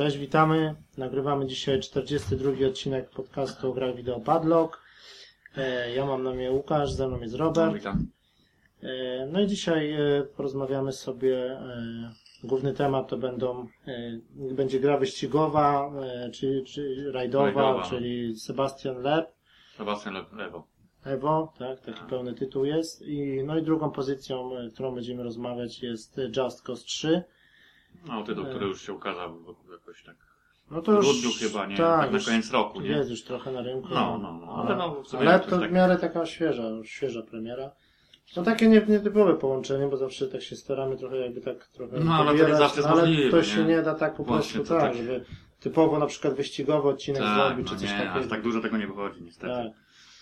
Cześć, witamy. Nagrywamy dzisiaj 42 odcinek podcastu o grach wideo Padlock. Ja mam na imię Łukasz, ze mną jest Robert. No, witam. No i dzisiaj porozmawiamy sobie. Główny temat to będzie gra wyścigowa, czy rajdowa, czyli Sebastian Loeb. Sebastian Lewo. Evo, tak, taki pełny tytuł jest. No i drugą pozycją, którą będziemy rozmawiać, jest Just Cause 3. No, tytuł, który już się ukazał jakoś tak. No to w już, grudniu chyba, nie? Tak na koniec roku, nie? Jest już trochę na rynku. Ale to w miarę taka świeża premiera. No takie nietypowe połączenie, bo zawsze tak się staramy trochę jakby tak trochę no, ale to nie zawsze jest możliwe, ale to się nie da tak po prostu tak, żeby typowo na przykład wyścigowy odcinek zrobić, czy coś takiego. Aż tak dużo tego nie wychodzi niestety. Tak.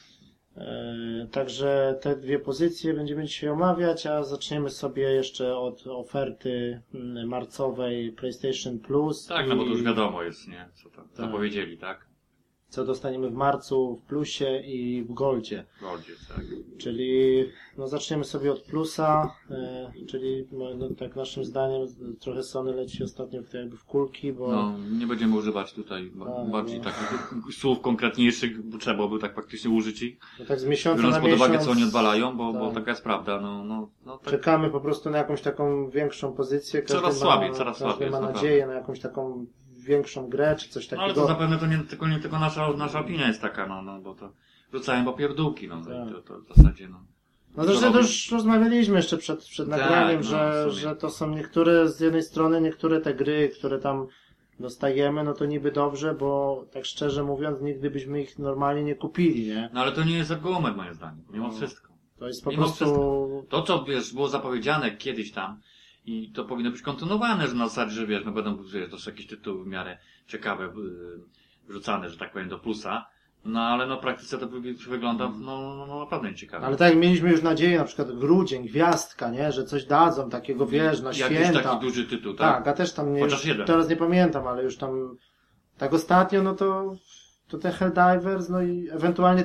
Także te dwie pozycje będziemy dzisiaj omawiać, a zaczniemy sobie jeszcze od oferty marcowej PlayStation Plus. Tak, no bo to już wiadomo jest, nie? Co to zapowiedzieli, tak? Co dostaniemy w marcu w Plusie i w Goldzie. Goldzie, tak. Czyli zaczniemy sobie od Plusa, czyli tak naszym zdaniem trochę Sony leci ostatnio w kulki, bo... No, nie będziemy używać tutaj bardziej takich słów konkretniejszych, bo trzeba byłoby tak faktycznie użyć ich. No tak z miesiąca biorąc na pod miesiąc, uwagę, co oni odwalają, bo taka jest prawda. Tak. Czekamy po prostu na jakąś taką większą pozycję. Coraz słabiej. Każdy ma nadzieję na jakąś taką większą grę, czy coś takiego. No ale to zapewne to nie tylko nasza opinia jest taka, bo to rzucają popierdółki, Tak. to w zasadzie, No zresztą to już rozmawialiśmy jeszcze przed nagraniem, że to są z jednej strony niektóre te gry, które tam dostajemy, no to niby dobrze, bo tak szczerze mówiąc, nigdy byśmy ich normalnie nie kupili, nie? No ale to nie jest argument moim zdaniem, mimo wszystko. To jest po prostu... To, co było zapowiedziane kiedyś tam, i to powinno być kontynuowane, że na zasadzie, że będą to jakieś tytuły w miarę ciekawe wrzucane, że tak powiem, do plusa. No ale w praktyce to wygląda naprawdę nieciekawe. Ale tak jak mieliśmy już nadzieję, na przykład grudzień, gwiazdka, nie? Że coś dadzą takiego, na święta. Jakiś taki duży tytuł, tak? Tak, a też tam teraz nie pamiętam, ale już tam tak ostatnio, to te Helldivers, no i ewentualnie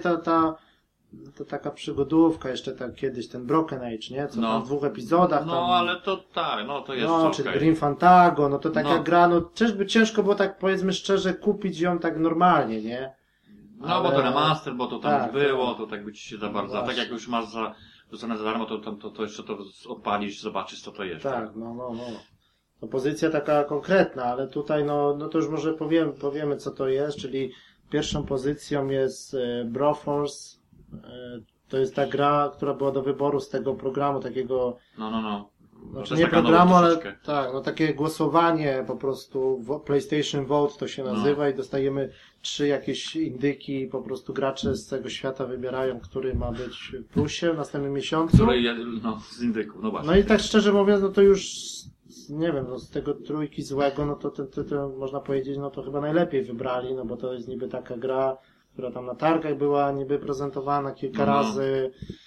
to taka przygodówka jeszcze kiedyś, ten Broken Age, nie? Co tam w 2 epizodach. Ale to tak, to jest czy okay. Grim Fantago, to taka gra, czyżby ciężko było tak, powiedzmy szczerze, kupić ją tak normalnie, nie? Bo to remaster, bo to tam było, to tak by ci się za bardzo, a tak jak już masz rzucone za darmo, to jeszcze to odpalisz, zobaczysz co to jest. Tak, To pozycja taka konkretna, ale tutaj, to już może powiemy co to jest, czyli pierwszą pozycją jest Broforce. To jest ta gra, która była do wyboru z tego programu takiego... Znaczy nie programu, ale takie głosowanie po prostu, PlayStation Vote to się nazywa i dostajemy 3 jakieś indyki, po prostu gracze z całego świata wybierają, który ma być w plusie w następnym miesiącu. Z indyków, właśnie. No i tak szczerze mówiąc, to już, nie wiem, z tego trójki złego, to ten tytuł można powiedzieć, to chyba najlepiej wybrali, bo to jest niby taka gra, która tam na targach była niby prezentowana kilka razy.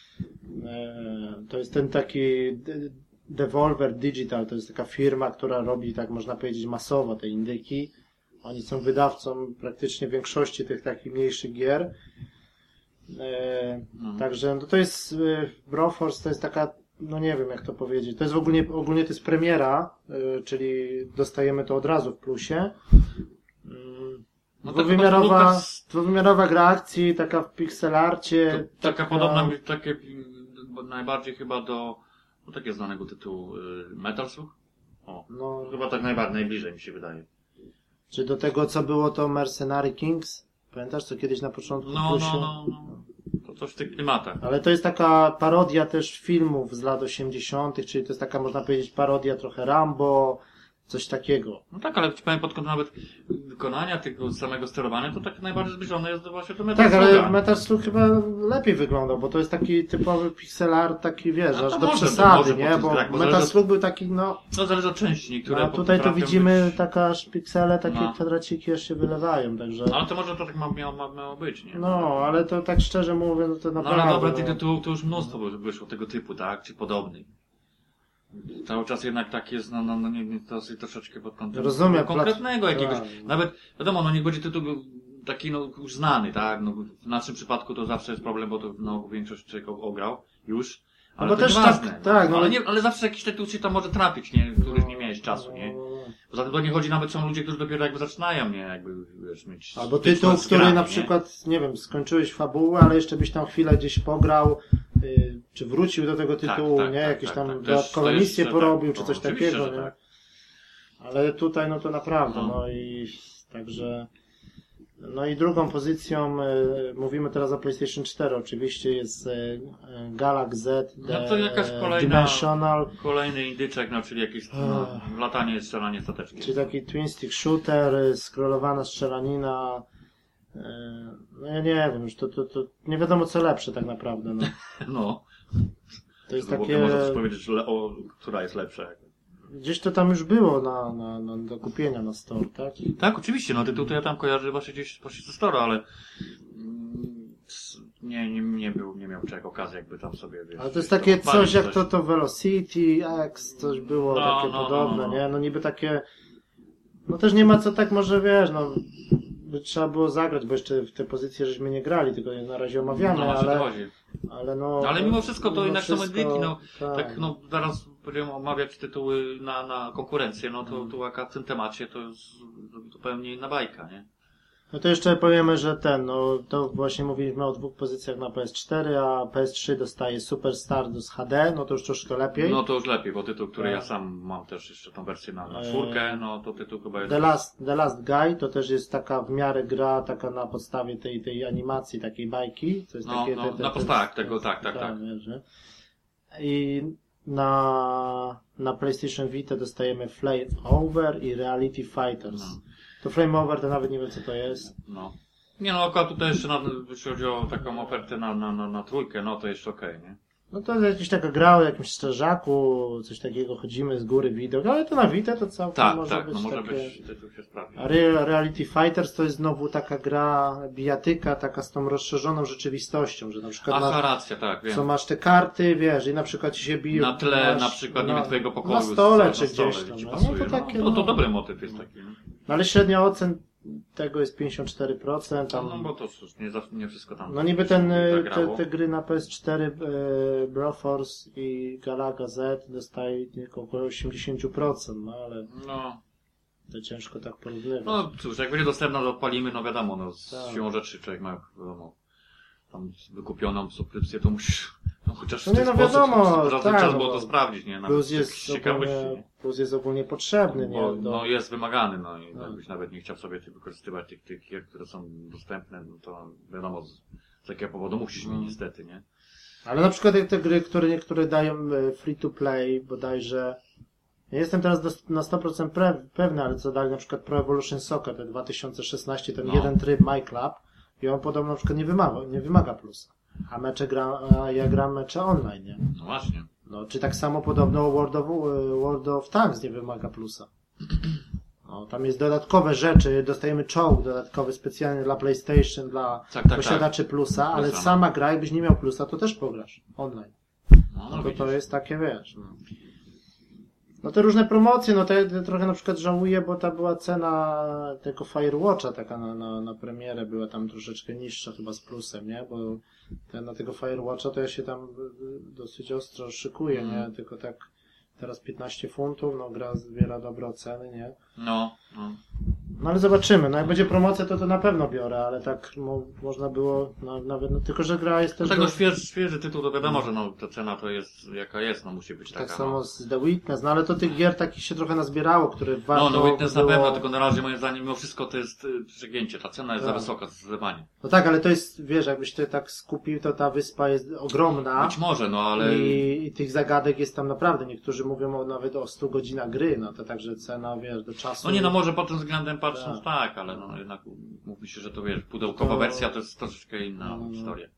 To jest ten taki Devolver Digital, to jest taka firma, która robi, tak można powiedzieć, masowo te indyki. Oni są wydawcą praktycznie większości tych takich mniejszych gier. Także to jest Broforce, to jest taka, nie wiem jak to powiedzieć, to jest ogólnie to jest premiera, czyli dostajemy to od razu w plusie. Dwuwymiarowa gra akcji, taka w pixelarcie. Taka podobna, najbardziej chyba do takiego znanego tytułu Metal Slug? Chyba tak najbliżej mi się wydaje. Czy do tego co było to Mercenary Kings? Pamiętasz co kiedyś na początku? To coś w tych klimatach. Ale to jest taka parodia też filmów z lat 80., czyli to jest taka, można powiedzieć, parodia trochę Rambo, coś takiego. Tak, ale powiem pod kątem nawet wykonania tego samego sterowania, to tak najbardziej zbliżone jest właśnie do Metal Sluga. Tak, ale Metal Slug chyba lepiej wyglądał, bo to jest taki typowy pixel art, taki aż do przesady, nie? Bo Metal Slug był taki, zależy od części, niektóre. A tutaj to widzimy taka aż piksele, takie kwadraciki aż się wylewają, także... Ale to może to tak miało być, nie? Ale to tak szczerze mówiąc, to naprawdę... ale dobra, tych tytułów to już mnóstwo wyszło tego typu, tak? Czy podobnych. Cały czas jednak tak jest, dosyć troszeczkę pod kątem konkretnego jakiegoś. Nawet, wiadomo, niech będzie tytuł taki, już znany, tak? W naszym przypadku to zawsze jest problem, bo to większość człowiek ograł już. Ale to też ważne, tak, ale zawsze jakiś tytuł się tam może trafić, nie? Któryś nie miałeś mieć czasu, nie? Poza tym to nie chodzi nawet, są ludzie, którzy dopiero jakby zaczynają, nie? Jakby, wiesz, mieć... Albo tytuł, który na przykład, nie wiem, skończyłeś fabułę, ale jeszcze byś tam chwilę gdzieś pograł, czy wrócił do tego tytułu, nie? Jakieś tam dodatkowe misje porobił, czy coś takiego, nie? Ale tutaj, no to naprawdę, no i także... No i drugą pozycją, mówimy teraz o PlayStation 4, oczywiście jest Galaxy Z no to jakaś Dimensional. Kolejny indyczek, no czyli jakieś latanie, strzelanie stateczki. Czyli taki twin stick shooter, scrollowana strzelaninina. No ja nie wiem, już to nie wiadomo co lepsze tak naprawdę. No. No. To jest takie... Można coś powiedzieć, która jest lepsza. Gdzieś to tam już było do kupienia na store, tak? Tak, oczywiście, no tytuł to ja tam kojarzę właśnie gdzieś ze store, ale nie miał okazji jakby tam sobie, wiesz... Ale to jest takie coś jak to Velocity X, coś było takie podobne, nie? No niby takie... No też nie ma co tak może, wiesz, no... By trzeba było zagrać, bo jeszcze w te pozycje żeśmy nie grali, tylko je na razie omawiamy, ale no... Ale mimo wszystko to jednak są edyki, no tak, no zaraz będziemy omawiać tytuły na konkurencję, no to tu w tym temacie to jest zupełnie inna bajka, nie? No to jeszcze powiemy, że no to właśnie mówiliśmy o 2 pozycjach na PS4, a PS3 dostaje Super Stardust HD, no to już troszkę lepiej. No to już lepiej, bo tytuł, który ja sam mam też jeszcze tą wersję na 4, no to tytuł chyba jest... The Last Guy to też jest taka w miarę gra, taka na podstawie tej animacji, takiej bajki. To jest takie, na podstawie tego, tak. Wiesz, nie? I na PlayStation Vita dostajemy Flame Over i Reality Fighters. To Flame Over to nawet nie wiem co to jest. No. Nie no, akurat tutaj jeszcze jeśli chodzi o taką ofertę na 3, no to jeszcze okej, nie? No to jest jakaś taka gra o jakimś strażaku, coś takiego, chodzimy z góry widok, ale to na Vita to całkiem może być może takie... być, tytuł się sprawdzi. A Reality Fighters to jest znowu taka gra bijatyka, taka z tą rozszerzoną rzeczywistością, że na przykład racja, tak, wiem. Co masz te karty, wiesz, i na przykład ci się biją... Na tle, na przykład, nie wiem, twojego pokoju. Na stole, czy gdzieś tam. To dobry motyw jest taki, no. No ale średnia ocen tego jest 54%. Tam... No bo to nie wszystko tam... No niby te gry na PS4 Broforce i Galaga Z dostaje tylko około 80%, no ale... No. To ciężko tak porównywać. No cóż, jak będzie dostępna, to odpalimy, no wiadomo, no z siłą rzeczy człowiek ma, wiadomo, tam wykupioną subskrypcję, to musisz, no chociaż w ten sposób, czas było to sprawdzić, nie? Plus jest ogólnie potrzebny, nie? No jest wymagany, no i jakbyś nawet nie chciał sobie wykorzystywać tych gier, które są dostępne, no to wiadomo, z jakiego powodu musisz mieć niestety, nie? Ale na przykład te gry, które niektóre dają free to play, bodajże, ja jestem teraz na 100% pewny, ale co dali na przykład Pro Evolution Soccer, te 2016, ten jeden tryb My Club i on podobno na przykład nie wymaga plusa. A ja gram mecze online, nie? No właśnie. No, czy tak samo podobno World of Tanks nie wymaga plusa. No, tam jest dodatkowe rzeczy, dostajemy czołg dodatkowy specjalnie dla PlayStation, dla posiadaczy plusa, ale sama gra, jakbyś nie miał plusa, to też pograsz online. No to jest takie, wiesz. No te różne promocje, no te trochę na przykład żałuję, bo ta była cena tego Firewatcha taka na premierę była tam troszeczkę niższa chyba z plusem, nie? Bo na tego Firewatcha to ja się tam dosyć ostro szykuję, nie? Tylko tak teraz 15 funtów, no gra zbiera dobre oceny, nie? No ale zobaczymy, no jak będzie promocja to na pewno biorę, ale tak można było nawet, no tylko że gra jest też... Tak, świeży tytuł, to wiadomo, że no ta cena to jest jaka jest, no musi być taka. Tak samo z The Witness, no ale to tych gier takich się trochę nazbierało, które warto... No Witness na pewno, tylko na razie moim zdaniem mimo wszystko to jest przegięcie, ta cena jest za wysoka, zdecydowanie. No tak, ale to jest, wiesz, jakbyś ty tak skupił, to ta wyspa jest ogromna. Być może, no ale... I tych zagadek jest tam naprawdę, niektórzy mówią nawet o 100 godzinach gry, no to także cena, wiesz, do czasu... No nie, no może pod tym względem patrząc tak, ale no jednak mówi się, że to wiesz, pudełkowa wersja to jest troszeczkę inna historia.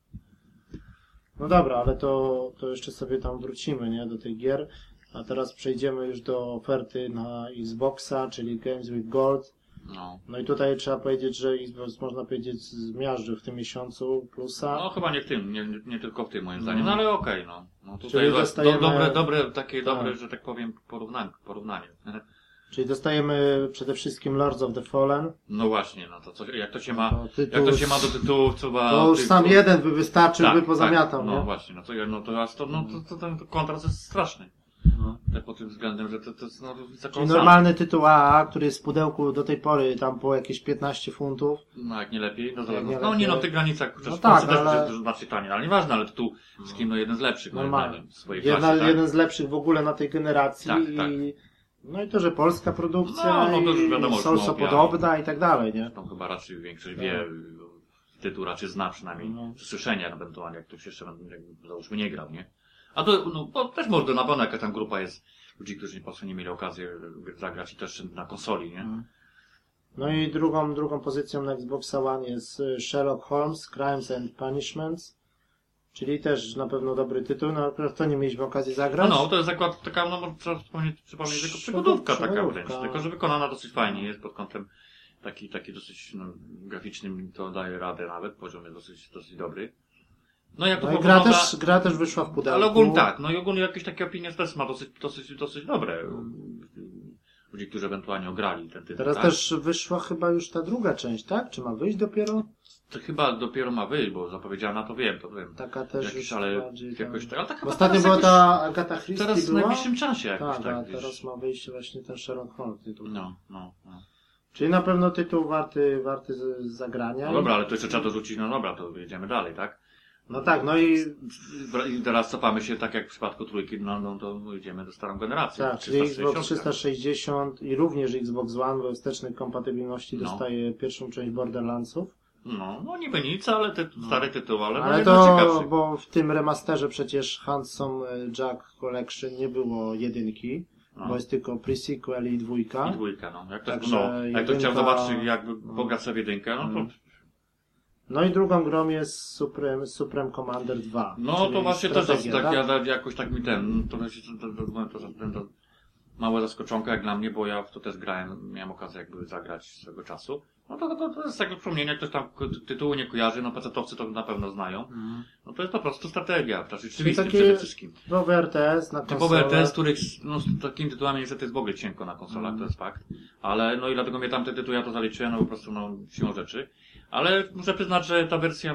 No dobra, ale to jeszcze sobie tam wrócimy, nie, do tych gier. A teraz przejdziemy już do oferty na Xboxa, czyli Games with Gold. No i tutaj trzeba powiedzieć, że Xbox można powiedzieć zmiażdżył w tym miesiącu plusa. No chyba nie w tym, nie tylko w tym moim zdaniem, no ale okej, no tutaj jest dobre, że tak powiem, porównanie. Czyli dostajemy przede wszystkim Lords of the Fallen. No właśnie, no to jak to się ma do tytułów, to już sam jeden by wystarczył, by pozamiatał, no nie? właśnie, to kontrast jest straszny. Tak pod tym względem, że to jest różnica Czyli normalny tytuł AA, który jest w pudełku do tej pory tam po jakieś 15 funtów. No jak nie lepiej, no Jak nie no lepiej. nie w tych granicach, No w tak, Polsce też ale... jest znacznie taniej, ale nieważne, ale tytuł z kim jeden z lepszych, normalnie. W swojej klasie, tak? Jeden z lepszych w ogóle na tej generacji. Tak, i... tak. No i to, że polska produkcja no to już wiadomo, i Solso podobna i tak dalej, nie? Zresztą chyba raczej większość wie, tytuł raczej zna przynajmniej z słyszenia, ewentualnie jak ktoś jeszcze załóżmy nie grał, nie? A to, bo też może na pewno jaka tam grupa jest ludzi, którzy po prostu nie mieli okazji zagrać i też na konsoli, nie? No i drugą pozycją na Xbox One jest Sherlock Holmes, Crimes and Punishments, czyli też na pewno dobry tytuł, no akurat to nie mieliśmy okazji zagrać. No, to jest akurat taka, no trzeba przypomnieć, tylko przygodówka taka wręcz, tylko że wykonana dosyć fajnie jest pod kątem taki dosyć graficznym, to daje radę nawet, poziom jest dosyć dobry. No jak to gra też wyszła w pudełku. Ale ogólnie tak, no i ogólnie jakieś takie opinie też ma dosyć dobre. Ludzi, którzy ewentualnie ograli ten tytuł. Teraz tak? też wyszła chyba już ta druga część, tak? Czy ma wyjść dopiero? To chyba dopiero ma wyjść, bo zapowiedziana to wiem. Taka też jakiś, już ale bardziej jakoś tak. Ale tak ostatnio była ta Agatha Christie. Teraz w najbliższym czasie jakoś tak. Tak, teraz ma wyjść właśnie ten Sherlock Holmes tytuł. No. Czyli na pewno tytuł warty zagrania. No dobra, ale to jeszcze trzeba dorzucić, no dobra, to jedziemy dalej, tak? No tak, no i teraz cofamy się, tak jak w przypadku trójki, no to idziemy do starą generację. Tak, czyli Xbox 360 i również Xbox One we wstecznej kompatybilności dostaje pierwszą część Borderlandsów. No niby nic, ale stary tytuł, ale to, bo w tym remasterze przecież Handsome Jack Collection nie było jedynki, bo jest tylko pre-sequel i dwójka. I dwójka, no. Jak to chciał zobaczyć, jakby pograć sobie jedynkę, no to... No i drugą grą jest Supreme Commander 2. No to właśnie też tak, jakoś tak mi to małe zaskoczonka jak dla mnie, bo ja w to też miałem okazję jakby zagrać swego czasu. No to jest takie przypomnienie, jak ktoś tam tytułu nie kojarzy, no pecetowcy to na pewno znają. No to jest po prostu strategia, w czasie rzeczywistym przede wszystkim. Typowy RTS na konsolę. Typowy RTS, których z takimi tytułami niestety jest w ogóle cienko na konsolach, to jest fakt. Ale no i dlatego mnie tamte tytuły ja to zaliczyłem, no po prostu siłą rzeczy. Ale muszę przyznać, że ta wersja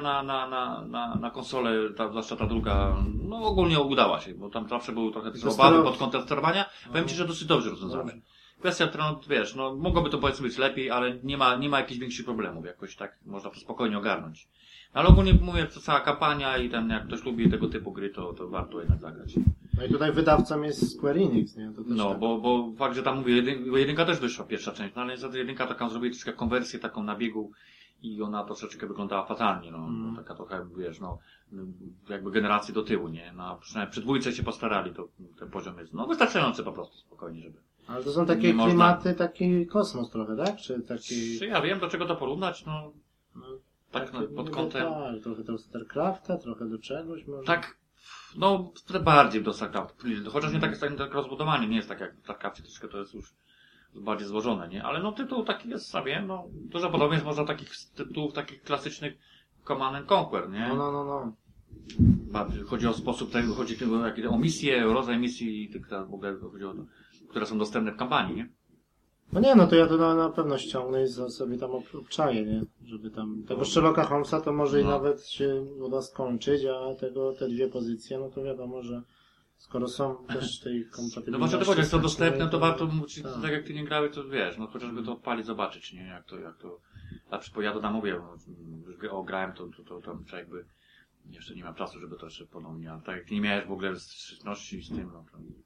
na konsolę, zwłaszcza ta druga, no ogólnie udała się, bo tam zawsze były trochę obawy pod kątem sterowania. Powiem Ci, że dosyć dobrze rozwiązane. Kwestia, którą, wiesz, no mogłoby to powiedzmy być lepiej, ale nie ma jakichś większych problemów, jakoś tak można to spokojnie ogarnąć. Ale ogólnie mówię, to cała kampania i jak ktoś lubi tego typu gry, to warto jednak zagrać. No i tutaj wydawcą jest Square Enix, nie? To też no, tak. bo fakt, że tam mówię, jedynka też wyszła pierwsza część, no ale niestety jedynka taką zrobili troszkę konwersję taką na biegu i ona troszeczkę wyglądała fatalnie, taka trochę, wiesz, jakby generacji do tyłu, nie? No, przynajmniej przy dwójce się postarali, to ten poziom jest, wystarczający po prostu, spokojnie, żeby... Ale to są takie klimaty, taki kosmos trochę, tak? Czy ja wiem, do czego to porównać, tak pod kątem... Tak, trochę do StarCrafta, trochę do czegoś może. Tak, bardziej do StarCrafta, chociaż nie tak rozbudowanie, nie jest tak jak w StarCrafcie, troszkę to jest już bardziej złożone, nie? Ale tytuł taki jest sobie, dużo podobnie można takich tytułów, takich klasycznych Command and Conquer, nie? No. Chodzi o sposób tego, chodzi o misje, o rodzaj misji, w ogóle chodzi o to, które są dostępne w kampanii, nie? No nie, no to ja to na pewno ściągnę i sobie tam obczaję, nie? Żeby tam, tego Sherlocka Holmesa to może i nawet się uda skończyć, a te dwie pozycje, no to wiadomo, że skoro są też tej kompatybilności... No właśnie to chodzi, jak to dostępne, to warto, tak jak ty nie grały, to wiesz, chociażby to odpalić, zobaczyć, nie? Jak to, ja to tam mówię, grałem, to jakby jeszcze nie mam czasu, żeby to jeszcze ponownie, ale tak jak ty nie miałeś w ogóle styczności z tym,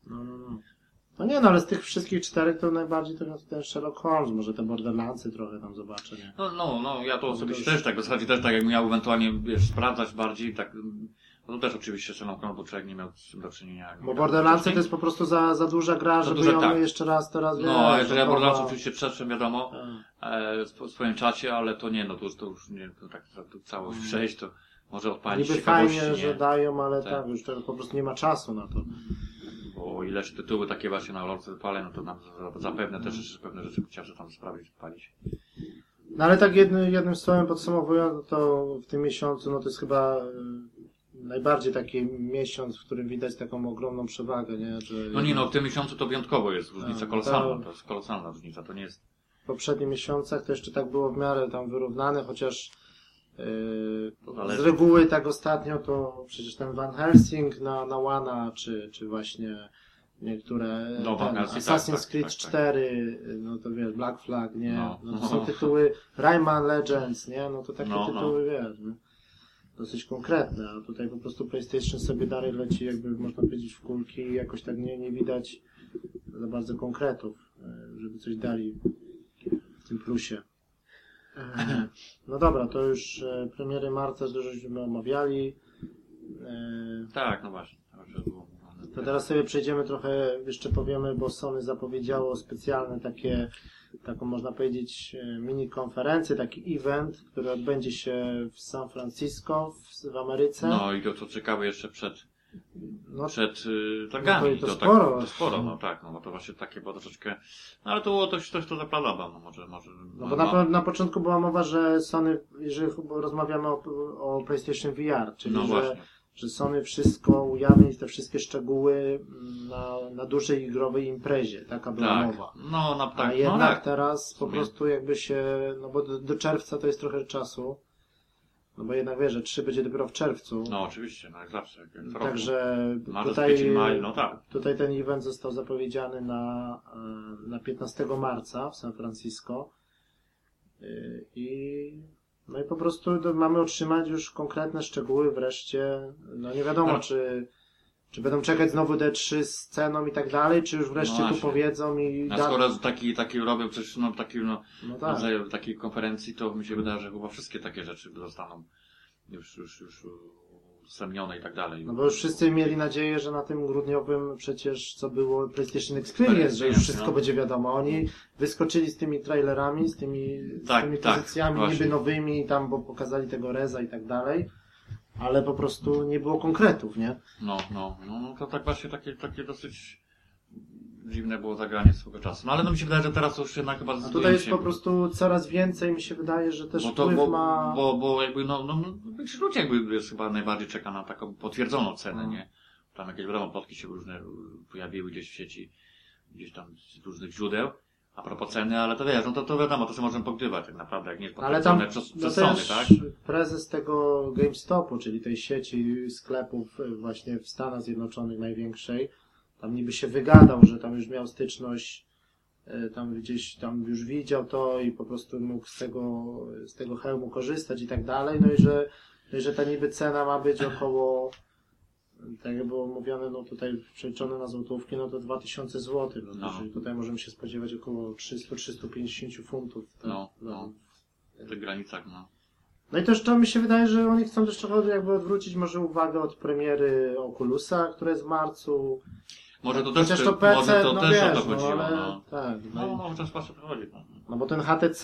No nie, ale z tych wszystkich czterech to najbardziej ten Sherlock Holmes, może te Borderlandsy trochę tam zobaczę, nie? Ja to osobiście też tak, w zasadzie też tak, jak miał ewentualnie, sprawdzać bardziej, tak, to też oczywiście Sherlock Holmes, bo człowiek nie miał z tym do czynienia. Bo Borderlandsy to jest po prostu za duża gra, żeby ją jeszcze raz teraz... No, jeżeli ja Borderlandsy oczywiście przeszłem, wiadomo, w swoim czasie, ale to nie, to już nie, to tak całość przejść, to może odpalić niby fajnie, że dają, ale tak, już to po prostu nie ma czasu na to. Bo ileś tytuły takie właśnie na lorce odpalę, no to nam zapewne też pewne rzeczy chciałbym tam sprawić, odpalić. No ale tak jednym słowem podsumowując, to w tym miesiącu, to jest chyba najbardziej taki miesiąc, w którym widać taką ogromną przewagę, nie? Że w tym miesiącu to wyjątkowo jest różnica kolosalna, to jest kolosalna różnica, to nie jest... W poprzednich miesiącach to jeszcze tak było w miarę tam wyrównane, chociaż z reguły tak ostatnio to przecież ten Van Helsing na Łana, czy właśnie niektóre, wersje, Assassin's Creed 4, no to wiesz, Black Flag, nie? No to są tytuły Rayman Legends, nie? No to takie tytuły, wiesz, nie? Dosyć konkretne, a tutaj po prostu PlayStation sobie dalej leci, jakby można powiedzieć, w kulki i jakoś tak nie widać za bardzo konkretów, żeby coś dali w tym plusie. No dobra, to już premiery marca żeśmy omawiali. Tak, no właśnie. To teraz sobie przejdziemy trochę, jeszcze powiemy, bo Sony zapowiedziało specjalne taką można powiedzieć mini konferencję, taki event, który odbędzie się w San Francisco w Ameryce. No i to co ciekawe jeszcze przed targami. No to sporo. To sporo, no tak, no bo to właśnie takie było troszeczkę, no ale to było coś to zaplanował, no może. No bo na początku była mowa, że Sony, jeżeli rozmawiamy o PlayStation VR, czyli że Sony wszystko ujawni, te wszystkie szczegóły na dużej igrowej imprezie. Taka była mowa. A jednak teraz po prostu jakby się, no bo do czerwca to jest trochę czasu, no bo jednak wiesz, że 3 będzie dopiero w czerwcu. No oczywiście, no jak zawsze. Jak także tutaj ten event został zapowiedziany na 15 marca w San Francisco no i po prostu mamy otrzymać już konkretne szczegóły wreszcie. No nie wiadomo, czy będą czekać znowu D3 z ceną i tak dalej, czy już wreszcie tu powiedzą i... A skoro taki robią coś, rodzaju takiej konferencji, to mi się wydaje, że chyba wszystkie takie rzeczy zostaną już udostępnione i tak dalej. No bo już wszyscy mieli nadzieję, że na tym grudniowym przecież co było PlayStation Experience, że już wszystko będzie wiadomo. Oni wyskoczyli z tymi trailerami, z tymi pozycjami niby nowymi, tam bo pokazali tego Reza i tak dalej, ale po prostu nie było konkretów, nie? No to tak właśnie takie dosyć dziwne było zagranie swego czasu. No ale mi się wydaje, że teraz to już jednak chyba... A tutaj jest po prostu coraz więcej, mi się wydaje, że też wpływ ma... Bo jakby ludzie jakby jest chyba najbardziej czeka na taką potwierdzoną cenę, nie? Tam jakieś wiadomo, plotki się różne pojawiły gdzieś w sieci, gdzieś tam z różnych źródeł. A propos ceny, ale to wiesz, no to wiadomo, to się możemy pogrywać tak naprawdę, jak nie jest potwierdzone przez Sony, tak? Prezes tego GameStopu, czyli tej sieci sklepów właśnie w Stanach Zjednoczonych największej, tam niby się wygadał, że tam już miał styczność, tam gdzieś tam już widział to i po prostu mógł z tego hełmu korzystać i tak dalej, no i że ta niby cena ma być około, tak jak było mówione, no tutaj przeliczone na złotówki, no to 2000 zł, czyli tutaj możemy się spodziewać około 300-350 funtów. Tak? W tych granicach, No i też to mi się wydaje, że oni chcą też trochę jakby odwrócić może uwagę od premiery Oculusa, która jest w marcu. Może to też, to PC, może to też wiesz, o to chodziło. Ale, tak, chociaż właśnie to chodzi. No bo ten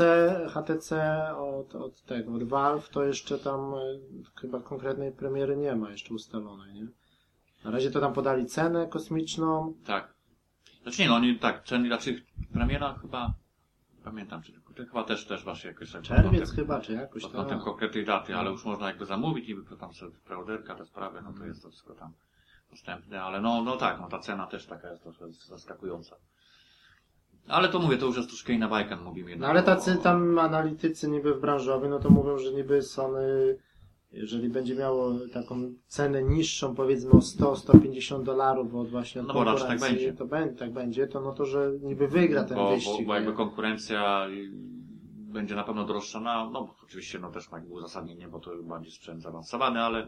HTC od Valve to jeszcze tam chyba konkretnej premiery nie ma jeszcze ustalonej, nie? Na razie to tam podali cenę kosmiczną. Tak. Znaczy nie, oni ceny raczej premiera chyba, pamiętam, czy chyba też właśnie jakoś tak. Czerwiec chyba, czy jakoś tam. Na tym konkretnej daty, ale już można jakby zamówić, niby tam sobie preorderka, te sprawy, no to jest to wszystko tam dostępne, ale ta cena też taka jest trochę zaskakująca. Ale to mówię, to już jest troszkę inna bajka, mówimy. No ale tacy tam analitycy niby w branżowi, no to mówią, że niby Sony, jeżeli będzie miało taką cenę niższą, powiedzmy o $100-150 od właśnie od konkurencji, tak będzie. tak będzie, to no to, że niby wygra ten wyścig. Bo jakby konkurencja będzie na pewno droższa, no oczywiście też ma jakby uzasadnienie, bo to bardziej sprzęt zaawansowany, ale...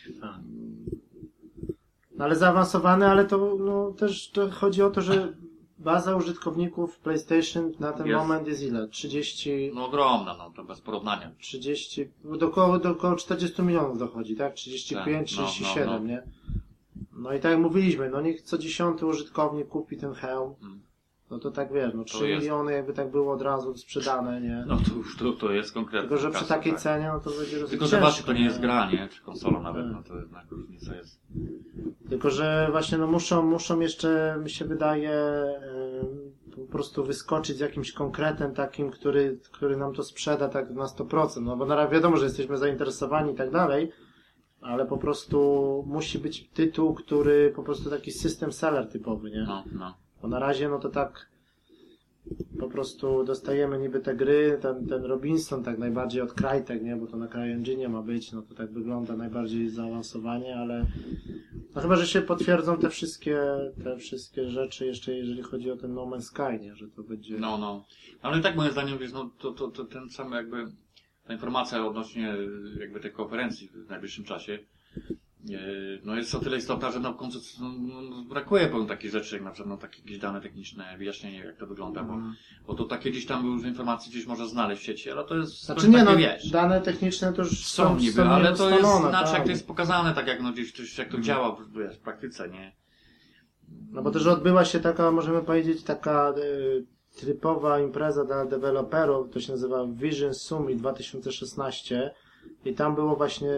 No ale zaawansowany, ale to też to chodzi o to, że baza użytkowników PlayStation na ten moment jest ile? 30... No ogromna, to bez porównania. 30... Do około 40 milionów dochodzi, tak? 35, 37, nie? No i tak jak mówiliśmy, niech co 10 użytkownik kupi ten hełm. No to tak wiesz, 3 miliony jakby tak było od razu sprzedane, nie? No to jest konkretne. Tylko, że przy takiej cenie, to będzie dosyć Tylko, że właśnie to nie jest gra, nie? Czy konsola nawet, to jednak różnica jest. Tylko, że właśnie muszą jeszcze, mi się wydaje, po prostu wyskoczyć z jakimś konkretem takim, który nam to sprzeda tak na 100%. No bo na razie wiadomo, że jesteśmy zainteresowani i tak dalej, ale po prostu musi być tytuł, który po prostu taki system seller typowy, nie? Bo na razie to tak po prostu dostajemy niby te gry, ten Robinson tak najbardziej od Crytek, nie? Bo to na CryEngine ma być, to tak wygląda najbardziej zaawansowanie, ale No chyba, że się potwierdzą te wszystkie rzeczy jeszcze, jeżeli chodzi o ten No Man's Sky, nie? Że to będzie... No. Ale i tak moim zdaniem, wiesz, no to ten sam jakby, ta informacja odnośnie jakby tej konferencji w najbliższym czasie, no jest o tyle istotna, że na końcu brakuje pewnych takich rzeczy, jak na przykład no, takie jakieś dane techniczne, wyjaśnienie jak to wygląda, bo to takie gdzieś tam już informacje gdzieś można znaleźć w sieci, ale to jest... Znaczy nie, no wiesz, dane techniczne to już są niby, ale to jest inaczej, tak. jak to jest pokazane, tak jak no gdzieś coś, jak to działa wiesz, w praktyce, nie? No bo też odbyła się taka, możemy powiedzieć, taka typowa impreza dla deweloperów, to się nazywa Vision Summit 2016 i tam było właśnie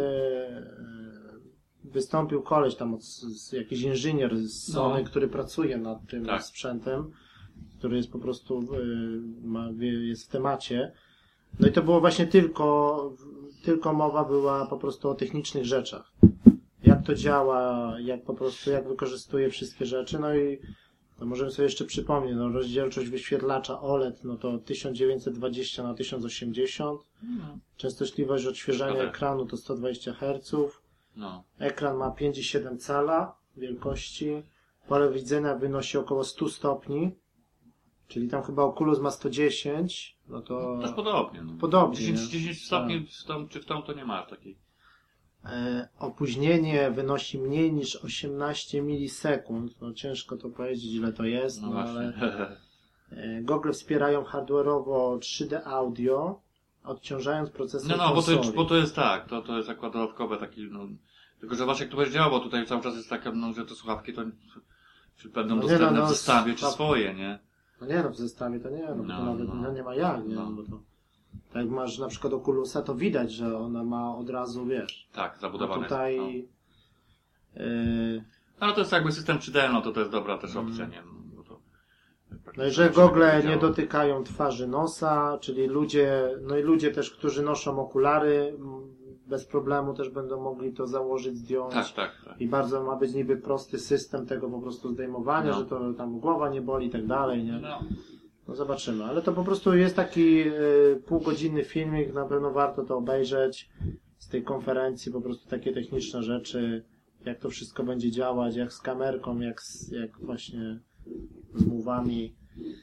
wystąpił koleś tam jakiś inżynier z Sony, który pracuje nad tym sprzętem, który jest po prostu jest w temacie. No i to było właśnie tylko mowa była po prostu o technicznych rzeczach. Jak to działa, jak wykorzystuje wszystkie rzeczy, no i no możemy sobie jeszcze przypomnieć, no rozdzielczość wyświetlacza OLED, no to 1920 na 1080, częstotliwość odświeżania ekranu to 120 Hz, ekran ma 5,7 cala wielkości, pole widzenia wynosi około 100 stopni, czyli tam chyba Oculus ma 110, no to... Też podobnie. No. Podobnie. 10 stopni czy w tą to nie ma takiej. Opóźnienie wynosi mniej niż 18 milisekund. No ciężko to powiedzieć, ile to jest, no ale gogle wspierają hardware'owo 3D audio, odciążając procesor konsoli. Bo to jest tak, to jest akurat dodatkowe taki, no, tylko że właśnie jak to będzie działało, bo tutaj cały czas jest taka, no, że te słuchawki to czy będą dostępne w zestawie, czy swoje, nie? No nie, no w zestawie to nie, bo to nawet nie ma jak, nie? Bo to, tak jak masz na przykład Oculusa, to widać, że ona ma od razu, wiesz. Tak, zabudowane. A tutaj... No to jest jakby system 3D, no to jest dobra też opcja, nie? No i że gogle nie dotykają twarzy, nosa, czyli ludzie też, którzy noszą okulary, bez problemu też będą mogli to założyć, zdjąć. Tak. I bardzo ma być niby prosty system tego po prostu zdejmowania, że to tam głowa nie boli i tak dalej, nie? No zobaczymy, ale to po prostu jest taki półgodzinny filmik, na pewno warto to obejrzeć z tej konferencji, po prostu takie techniczne rzeczy, jak to wszystko będzie działać, jak z kamerką, jak właśnie z mówami.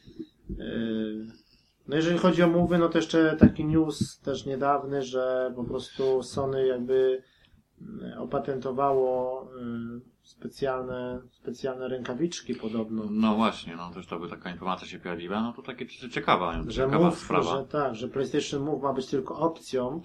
No jeżeli chodzi o mówy, no to jeszcze taki news też niedawny, że po prostu Sony jakby opatentowało specjalne rękawiczki podobno. No właśnie, no też to by taka informacja się pojawiła, no to takie ciekawa sprawa. Że PlayStation Move ma być tylko opcją.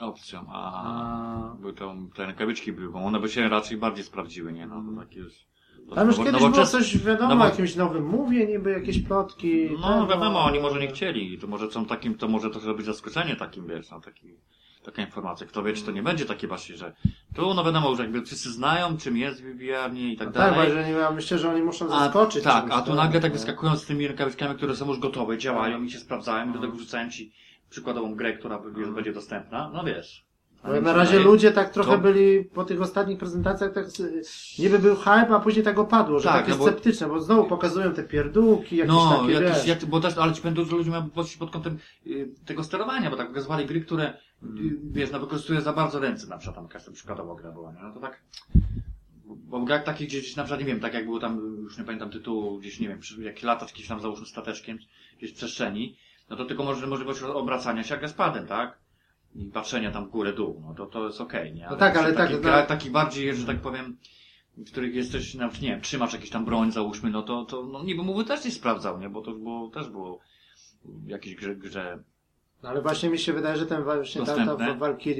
Były te rękawiczki były, bo one by się raczej bardziej sprawdziły, nie? No to takie już... Tam już kiedyś było coś wiadomo o jakimś nowym Move'ie, niby jakieś plotki. No wiadomo, oni może nie chcieli, to może są takim, to może to zrobić zaskoczenie takim, wiesz, no taka informacja. Kto wie, czy to nie będzie takie właśnie, że tu, no wiadomo, że jakby wszyscy znają, czym jest VR i tak dalej. Tak, że ja myślę, że oni muszą zaskoczyć. A tu nagle tak wyskakują z tymi rękawiczkami, które są już gotowe, działają i się sprawdzają i do tego wrzucają ci przykładową grę, która będzie dostępna, no wiesz. Ale na razie ludzie tak trochę byli po tych ostatnich prezentacjach, tak niby był hype, a później tak opadło, że tak jest sceptyczne, bo znowu pokazują te pierdółki, jakieś bo też, ale ci będą, że ludzie mają podejść pod kątem tego sterowania, bo tak pokazywali gry, które wiesz, no wykorzystuje za bardzo ręce, na przykład tam jakaś przykładowo gra była, nie? No to tak, bo w grach takich gdzieś na przykład, nie wiem, tak jak było tam, już nie pamiętam tytułu, gdzieś nie wiem, jak latać gdzieś tam załóżmy stateczkiem, gdzieś w przestrzeni, no to tylko możliwość obracania się jak spadem, tak? I patrzenia tam w górę, dół, no to jest okej, nie? Ale no tak, ale takich bardziej, że tak powiem, w których jesteś, nie wiem, trzymasz jakieś tam broń, załóżmy, no to no niby mówy też nie sprawdzał, nie? Bo to też było w jakiejś grze. No ale właśnie mi się wydaje, że ten właśnie ta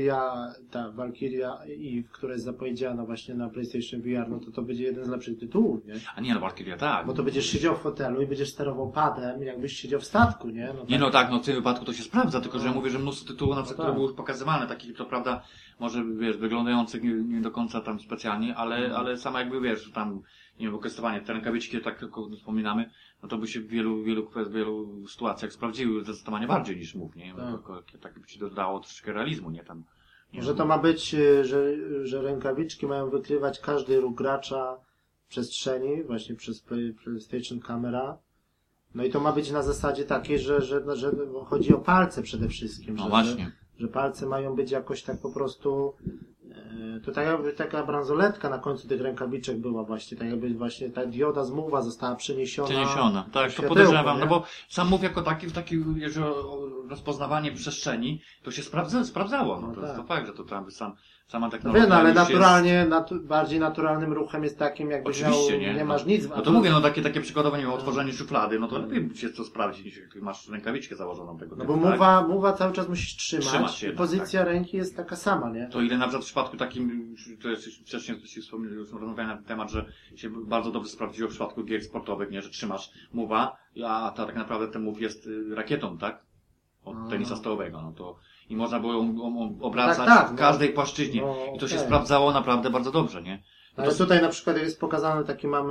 Valkyria i która jest zapowiedziana właśnie na PlayStation VR, no to będzie jeden z lepszych tytułów, nie? A nie, no Valkyria tak. Bo to będziesz siedział w fotelu i będziesz sterował padem, jakbyś siedział w statku, nie? No tak, w tym wypadku to się sprawdza, tylko że ja mówię, że mnóstwo tytułów, na przykład, które były już pokazywane, takich, to prawda, może, wiesz, wyglądających nie do końca tam specjalnie, ale sama jakby, wiesz, tam, nie wiem, wykorzystywanie te rękawiczki, tak tylko wspominamy, no to by się w wielu sytuacjach sprawdziły zdecydowanie bardziej niż mów, nie? Tak by ci dodało troszeczkę realizmu, nie tam. Że to ma być, że rękawiczki mają wykrywać każdy ruch gracza w przestrzeni, właśnie przez PlayStation Camera. No i to ma być na zasadzie takiej, że chodzi o palce przede wszystkim. No właśnie. Że palce mają być jakoś tak po prostu To tak jakby taka bransoletka na końcu tych rękawiczek była właśnie, tak jakby właśnie ta dioda z muwa została przeniesiona. Tak, to podejrzewam, no bo sam mów jako taki, jeżeli rozpoznawanie przestrzeni, to się sprawdzało, no to jest to fakt, że to tam sama technologia. No ale naturalnie, bardziej naturalnym ruchem jest takim, jakbyś nie masz nic. No to mówię, no takie przykładowo, nie wiem, otworzenie szuflady, no to lepiej się to sprawdzić, niż jak masz rękawiczkę założoną tego. No bo muwa cały czas musisz trzymać się, i pozycja ręki jest taka sama, nie? To ile na przykład w przypadku takim, to jest wcześniej już rozmawiałem na ten temat, że się bardzo dobrze sprawdziło w przypadku gier sportowych, nie, że trzymasz muwa, a tak naprawdę ten mów jest rakietą, tak? Od tenisa stołowego, no to i można było ją obracać w każdej płaszczyźnie. I to się sprawdzało naprawdę bardzo dobrze, nie? No ale tutaj na przykład jest pokazane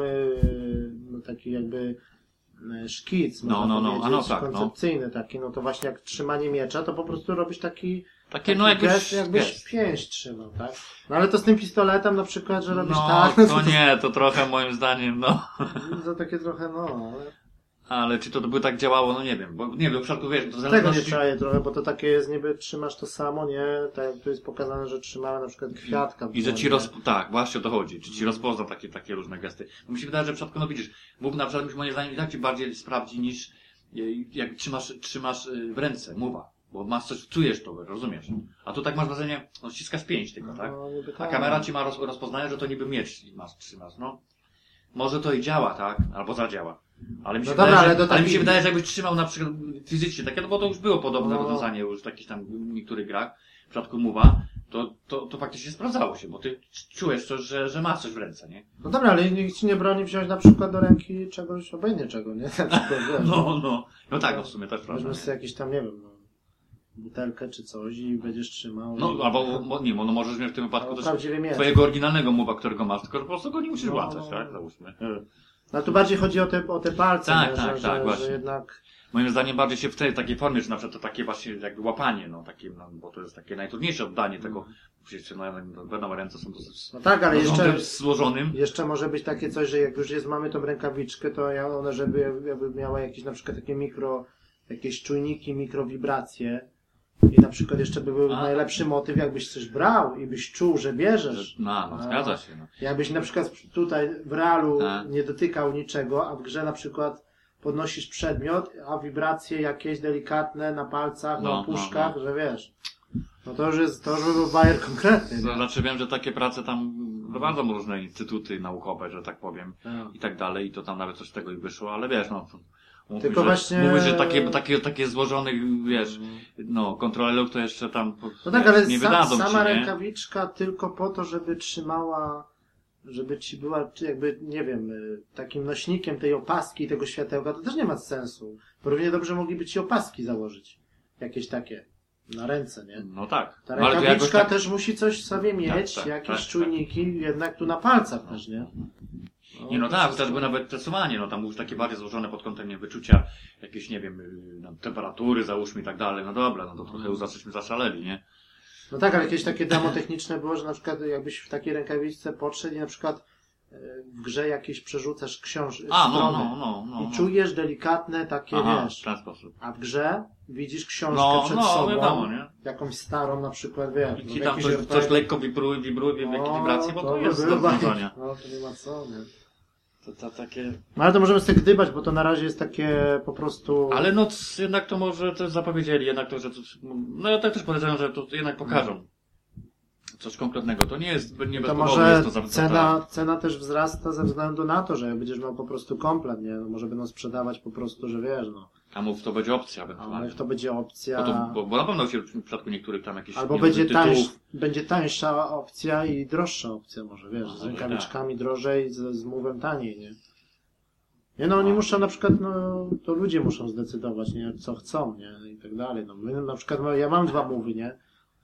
taki jakby szkic, koncepcyjny taki, no to właśnie jak trzymanie miecza, to po prostu robisz taki gest, jakbyś pięść trzymał, tak? No ale to z tym pistoletem na przykład, że robisz tak... No to nie, to trochę moim zdaniem, To takie trochę, Ale czy to by tak działało, no nie wiem, bo nie wiem, w przypadku wiesz, to zależności... Tego nie czaję trochę, bo to takie jest niby trzymasz to samo, nie? Tak jak tu jest pokazane, że trzymałem na przykład kwiatka. I że ci tak, właśnie o to chodzi, czy ci rozpozna takie różne gesty. Bo mi się wydaje, że w przypadku, no widzisz, mów na przykład, moim zdaniem i tak ci bardziej sprawdzi niż jak trzymasz w ręce, muwa. Bo masz coś, czujesz to, rozumiesz? A tu tak masz wrażenie, ściskasz pięść tylko, tak? A kamera ci ma rozpoznaje, że to niby miecz trzymasz, no. Może to i działa, tak? Albo zadziała. Ale mi się wydaje, że jakbyś trzymał na przykład fizycznie, takie, no bo to już było podobne rozwiązanie już w takich tam niektórych grach, w przypadku muwa, to faktycznie sprawdzało się, bo ty czujesz coś, że masz coś w ręce, nie? No dobra, ale nikt ci nie broni wziąć na przykład do ręki czegoś, obojętnie czego, nie? Na przykład, wiesz, no tak, no w sumie też prawda. Weźmiesz sobie jakiś tam, nie wiem, butelkę czy coś i będziesz trzymał. No albo możesz mieć w tym wypadku też twojego oryginalnego muwa, którego masz, tylko po prostu go nie musisz łatać, tak? Załóżmy. No tu bardziej chodzi o te palce, tak, że jednak... Moim zdaniem bardziej się w tej takiej formie, że na przykład to takie właśnie jakby łapanie, bo to jest takie najtrudniejsze oddanie tego, przecież wiadomo, ręce są dosyć ale jeszcze złożonym. Jeszcze może być takie coś, że jak już mamy tą rękawiczkę, to ona żeby miała jakieś na przykład takie jakieś czujniki, mikrowibracje. I na przykład jeszcze by był najlepszy motyw, jakbyś coś brał i byś czuł, że bierzesz. Zgadza się. Jakbyś na przykład tutaj w realu nie dotykał niczego, a w grze na przykład podnosisz przedmiot, a wibracje jakieś delikatne na palcach, na opuszkach, że wiesz. No to już by był bajer konkretny. To znaczy wiem, że takie prace tam prowadzą różne instytuty naukowe, że tak powiem, i tak dalej, i to tam nawet coś z tego i wyszło, ale wiesz, tylko właśnie... Mówisz, że takie złożonych, wiesz, kontrolerów to jeszcze tam ale nie wydadzą sama ci, nie? rękawiczka tylko po to, żeby trzymała, żeby ci była jakby, nie wiem, takim nośnikiem tej opaski i tego światełka, to też nie ma sensu. Bo równie dobrze mogliby ci opaski założyć. Jakieś takie. Na ręce, nie? No tak. Ta rękawiczka też musi coś sobie mieć, jakieś czujniki, jednak tu na palcach też, nie? Chociażby nawet testowanie, tam już takie bardziej złożone pod kątem wyczucia jakieś, nie wiem, temperatury załóżmy i tak dalej, no dobra, to trochę już zaszaleli, nie? No tak, ale jakieś takie demo techniczne było, że na przykład jakbyś w takiej rękawiczce podszedł i na przykład w grze jakieś przerzucasz strony i czujesz delikatne takie, wiesz, w ten sposób. A w grze widzisz książkę przed sobą, wiadomo, nie? jakąś starą na przykład, wiesz. I ci tam coś lekko wibruje, jakieś wibracje, bo to jest do związania. No to nie ma co, nie? To takie... No ale to możemy sobie gdybać, bo to na razie jest takie po prostu... Ale jednak to może też zapowiedzieli, jednak to, że ja tak też podejrzewam, że to jednak pokażą. Coś konkretnego. To nie jest, nie to może cena też wzrasta ze względu na to, że będziesz miał po prostu komplet, nie? Może będą sprzedawać po prostu, że wiesz, A mów, to będzie opcja ewentualnie. To będzie opcja... Bo na pewno się w przypadku niektórych tam jakieś... Albo będzie tańsza opcja i droższa opcja może, wiesz, z rękawiczkami drożej, z mówem taniej, nie? Nie, oni muszą na przykład, to ludzie muszą zdecydować, nie? Co chcą, nie? I tak dalej. My na przykład, ja mam 2 mówy, nie?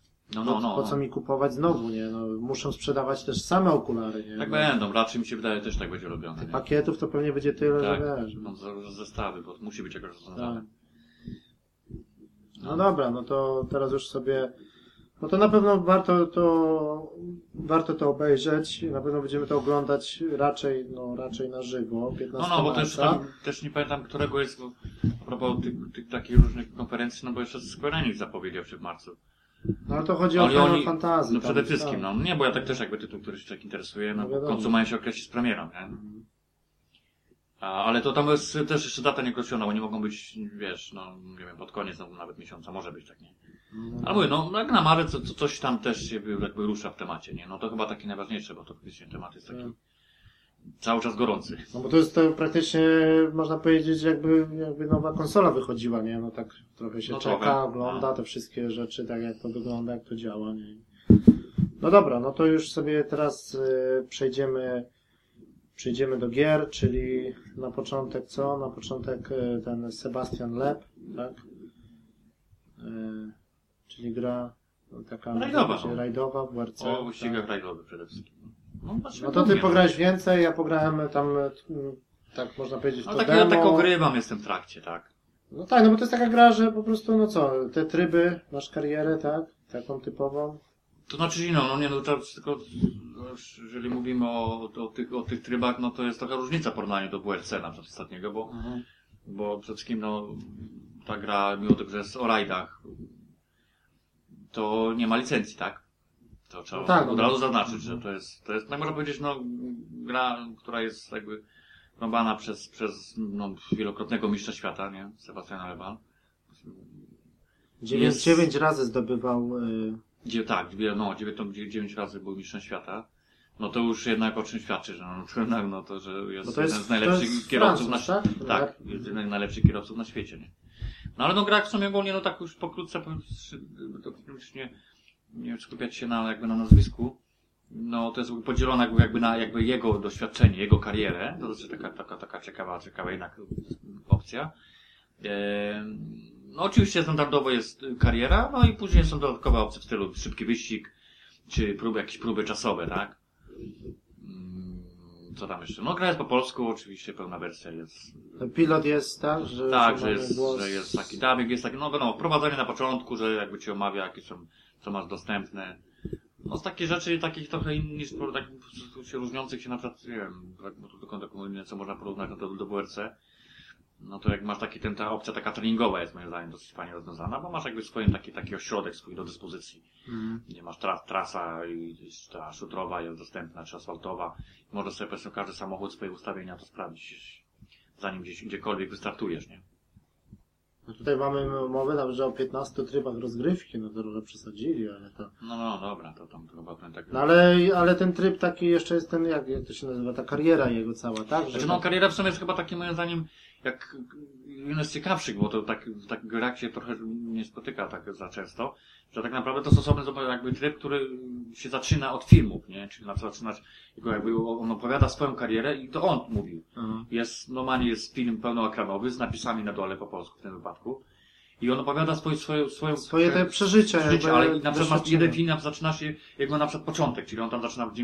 Po co mi kupować znowu, nie? Muszą sprzedawać też same okulary, nie? Tak będą, raczej mi się wydaje, też tak będzie robione. Tych pakietów to pewnie będzie tyle, że wiesz. Zestawy, bo musi być jakoś rozwiązane. No dobra, to teraz już sobie... No to na pewno warto to obejrzeć. Na pewno będziemy to oglądać raczej na żywo, 15 bo też nie pamiętam, którego jest, a propos tych takich różnych konferencji, bo jeszcze Square Enix zapowiedział się w marcu. No ale to chodzi o Final Fantasy. No przede wszystkim, no nie, bo ja tak też jakby tytuł, który się człowiek interesuje, no w końcu mają się określić z premierą, nie? Ale to tam jest też jeszcze data nieokreślona, bo nie mogą być, wiesz, no nie wiem, pod koniec nawet miesiąca, może być tak, nie? Ale mówię, no jak na marzec to coś tam też się jakby rusza w temacie, nie? No to chyba taki najważniejszy, bo to faktycznie temat jest taki cały czas gorący. No bo to jest to praktycznie, można powiedzieć, jakby nowa konsola wychodziła, nie? No tak trochę się czeka, ogląda te wszystkie rzeczy, tak jak to wygląda, jak to działa, nie? No dobra, no to już sobie teraz przejdziemy do gier, czyli na początek co? Na początek ten Sebastian Leb, tak? Czyli gra taka rajdowa w WRC. O wyścigach rajdowych przede wszystkim. No to ty pograłeś więcej, ja pograłem tam, tak można powiedzieć, no to tak, demo. Ja tak ogrywam, jestem w trakcie, tak. No tak, no bo to jest taka gra, że po prostu, no co, te tryby, masz karierę, tak? Taką typową. To znaczy, tylko, jeżeli mówimy o tych trybach, no to jest taka różnica w porównaniu do WRC na przykład ostatniego, bo przede wszystkim, no, ta gra, mimo tego, że jest o rajdach, to nie ma licencji, tak? To trzeba od razu zaznaczyć, że to jest, tak można powiedzieć, no, gra, która jest jakby rąbana przez wielokrotnego mistrza świata, nie? Sebastiana Leba. 9 razy zdobywał... Tak, 9 razy był mistrzem świata. No to już jednak o czym świadczy, że że jest jeden z najlepszych kierowców na świecie. Tak, jest jeden z najlepszych kierowców na świecie, nie? No ale no gra w sumie ogólnie, no tak już pokrótce, nie skupiać się na nazwisku. No to jest podzielona jakby jego doświadczenie, jego karierę. To jest taka ciekawa jednak opcja. No oczywiście standardowo jest kariera, no i później są dodatkowe opcje w stylu szybki wyścig, czy jakieś próby czasowe, tak? Co tam jeszcze? No gra jest po polsku, oczywiście pełna wersja jest. Pilot jest, tak? Że jest taki dubbing, jest taki, no wprowadzenie na początku, że jakby ci omawia, jakie są, co masz dostępne. No z takich rzeczy, takich trochę innych, tak się różniących się na przykład, nie wiem, co można porównać do WRC. No to jak masz ta opcja taka treningowa jest moim zdaniem dosyć fajnie rozwiązana, bo masz jakby swoim taki ośrodek swój do dyspozycji. Gdzie masz trasa i ta szutrowa jest dostępna, czy asfaltowa. Możesz sobie powiedzmy każdy samochód swoje ustawienia to sprawdzić, zanim gdziekolwiek wystartujesz, nie? No tutaj mamy mowę nawet, że o 15 trybach rozgrywki, no to trochę przesadzili, ale to... No dobra, to tam chyba tak... No ale ten tryb taki jeszcze jest ten, jak to się nazywa, ta kariera jego cała, tak? Znaczy kariera w sumie jest chyba takim moim zdaniem, jak jeden z ciekawszych, bo to w takich grach się trochę nie spotyka tak za często, że tak naprawdę to stosowny jakby tryb, który się zaczyna od filmów, nie? Czyli na przykład zaczynasz, jakby on opowiada swoją karierę i to on mówił. Normalnie jest film pełnoekranowy z napisami na dole po polsku w tym wypadku. I on opowiada swoje te przeżycia, ale na przykład masz jeden film, zaczyna się jego na przykład początek, czyli on tam zaczyna w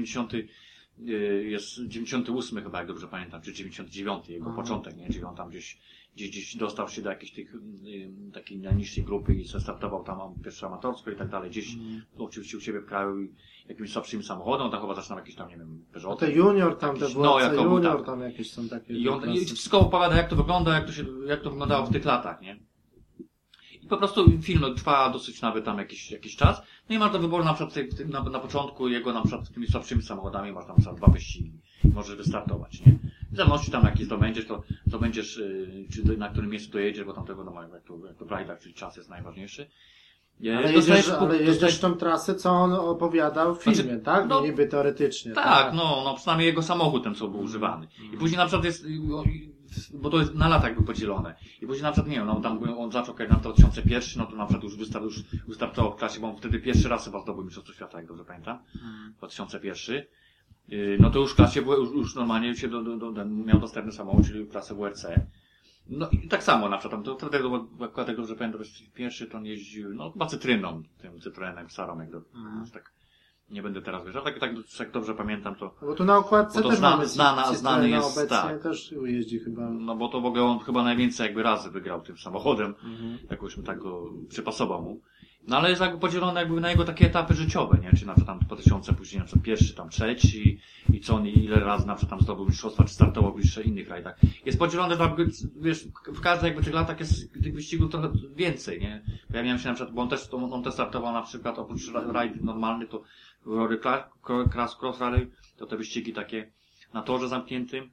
98 chyba, jak dobrze pamiętam, czy 99 jego początek, nie? Czyli on tam gdzieś dostał się do jakiejś takiej najniższej grupy i startował tam pierwsze amatorsko i tak dalej. Gdzieś oczywiście u siebie w kraju jakimś słabszym samochodem, tam chyba zaczynał jakieś tam, nie wiem, Peugeot. Te junior tam, te WRC junior tam jakieś są takie. I wszystko opowiada, jak to wygląda, jak to wyglądało w tych latach, nie? I po prostu film trwa dosyć nawet tam jakiś czas. No i masz do wyboru na przykład na początku jego na przykład tymi słabszymi samochodami masz tam 2 wyścigi. Możesz wystartować, nie? W zależności tam jaki zdobędziesz, czy na którym miejscu dojedziesz, bo tam tego, no jak to w rajdach, czyli czas jest najważniejszy. Ale jedziesz tą trasę, co on opowiadał w filmie, tak? No, niby teoretycznie. Tak, no przynajmniej jego samochód ten, co był używany. I później na przykład jest, bo to jest na lata jakby podzielone. I później na przykład, nie wiem, no tam on zaczął jak na 2001, no to na przykład już wystartował w klasie, bo on wtedy pierwszy raz chyba zdobył mistrzostwo świata, jak dobrze pamiętam. 2001. No to już w klasie już normalnie się miał dostępny samochód, czyli klasę WRC. No i tak samo na przykład, to wtedy akurat jak dobrze pamiętam, pierwszy to on jeździł, no chyba cytryną, tym Citroenem Sarą, tak. Nie będę teraz wiesz, ale tak dobrze pamiętam to. Bo tu na okładce też znany jest, obecnie tak. Też jeździ chyba. No bo to w ogóle on chyba najwięcej jakby razy wygrał tym samochodem. Jakoś tak go przypasował mu. No ale jest jakby podzielone jakby na jego takie etapy życiowe, nie? Czy na przykład tam po 1000 później na przykład pierwszy, tam trzeci i co on ile razy na przykład tam zdobył mistrzostwa, czy startował w jeszcze innych rajdach. Jest podzielone, tam, wiesz, w każdych jakby tych latach jest tych wyścigów trochę więcej, nie? Pojawiają się na przykład, bo on też startował na przykład oprócz rajd normalnych, to Rory Cross Rally, to te wyścigi takie na torze zamkniętym.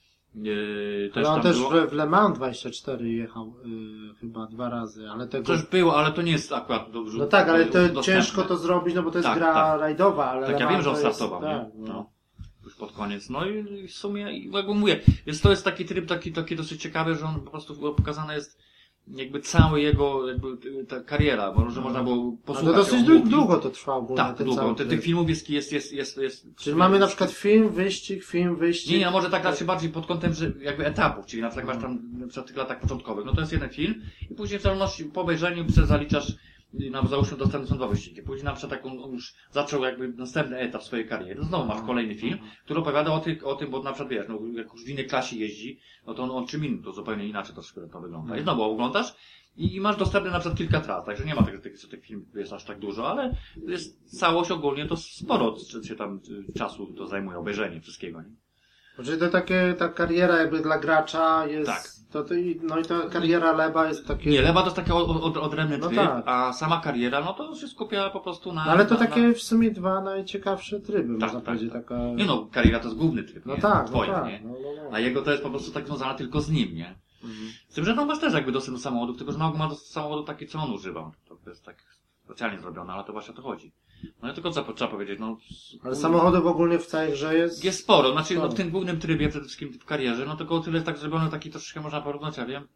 Też ale on też w Le Mans 24 jechał chyba 2 razy, ale tego... Też było, ale to nie jest akurat no tak, ale to ciężko to zrobić, no bo to jest gra rajdowa, ale tak, ja wiem, że on startował, jest, nie? Tak, no. Już pod koniec. No i w sumie, jakby mówię, to jest taki tryb, taki dosyć ciekawy, że on po prostu pokazana jest jakby cały jego, jakby ta kariera, bo że można było posłuchać. No to dosyć długo to trwało. Tak, długo. Tych filmów jest. Czyli mamy na przykład film, wyścig. Nie, no może tak raczej bardziej pod kątem, że jakby etapów, czyli na przykład masz tam w tych latach początkowych, no to jest jeden film i później w zależności po obejrzeniu zaliczasz na załóżmy dostępne są 2 wyścigi. Później na przykład on już zaczął jakby następny etap swojej kariery. Znowu masz kolejny film, który opowiada o tym, bo na przykład wiesz, no jak już w innej klasie jeździ, no to on czym innym, to zupełnie inaczej to wygląda. I znowu oglądasz i masz dostępne na przykład kilka tras, także nie ma tych filmów jest aż tak dużo, ale jest całość ogólnie to sporo się tam czasu to zajmuje, obejrzenie wszystkiego, nie? Czyli to ta kariera jakby dla gracza jest... Tak. No i ta kariera Leba jest takie... Nie, Leba to jest takie odrębny tryb, tak. A sama kariera, no to się skupia po prostu na... No ale to takie w sumie 2 najciekawsze tryby, tak, można powiedzieć. Tak. Taka... Nie no, kariera to jest główny tryb, no nie? Tak, Twoja, no tak, nie? No. A jego to jest po prostu tak związana tylko z nim, nie? Z tym, że tam masz też jakby dostęp do samochodów, tylko że ma do samochodu taki, co on używał. To jest tak specjalnie zrobione, ale to właśnie o to chodzi. No i tylko co trzeba powiedzieć, no... Ale samochodów ogólnie w całej grze jest... Jest sporo, znaczy no, w tym głównym trybie, przede wszystkim w karierze, no tylko o tyle jest tak zrobione, taki troszeczkę można porównać, ja wiem.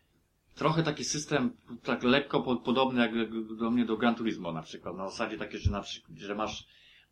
Trochę taki system, tak lekko podobny jak do mnie do Gran Turismo na przykład. Na zasadzie takie, że masz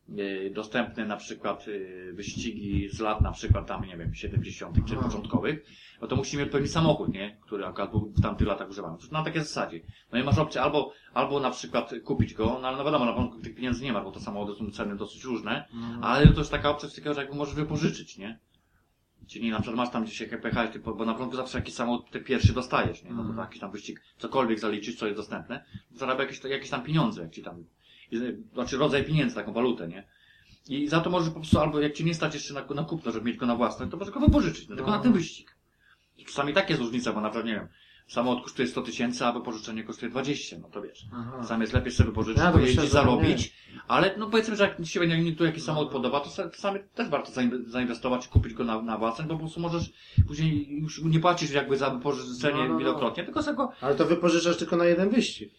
dostępne na przykład wyścigi z lat na przykład tam, nie wiem, 70. czy początkowych, no to musimy mieć pewien samochód, nie? Który akurat był w tamtych latach używany. Na takiej zasadzie. No i masz opcję albo na przykład kupić go, no ale no wiadomo, na pewno tych pieniędzy nie ma, bo te samochody są ceny dosyć różne, ale to jest taka opcja z takiego, że jakby możesz wypożyczyć, nie? Czyli na przykład masz tam gdzieś pojechać, bo na początku zawsze jakiś samochód ty pierwszy dostajesz, nie? No to jakiś tam wyścig, cokolwiek zaliczyć, co jest dostępne, zarabia jakieś tam pieniądze, jak ci tam, znaczy rodzaj pieniędzy, taką walutę, nie? I za to możesz po prostu, albo jak ci nie stać jeszcze na kupno, żeby mieć go na własność, to możesz go wypożyczyć, no, tylko na ten wyścig. Czasami tak jest różnica, bo na przykład, nie wiem, samochód kosztuje 100 000, a wypożyczenie kosztuje 20, no to wiesz. Sam jest lepiej sobie wypożyczyć, pojeździć, zarobić, ale no powiedzmy, że jak ci się tu jakiś samochód podoba, to sami też warto zainwestować, kupić go na własność, bo po prostu możesz później już nie płacisz jakby za wypożyczenie wielokrotnie, tylko sobie go... Ale to wypożyczasz tylko na jeden wyścig.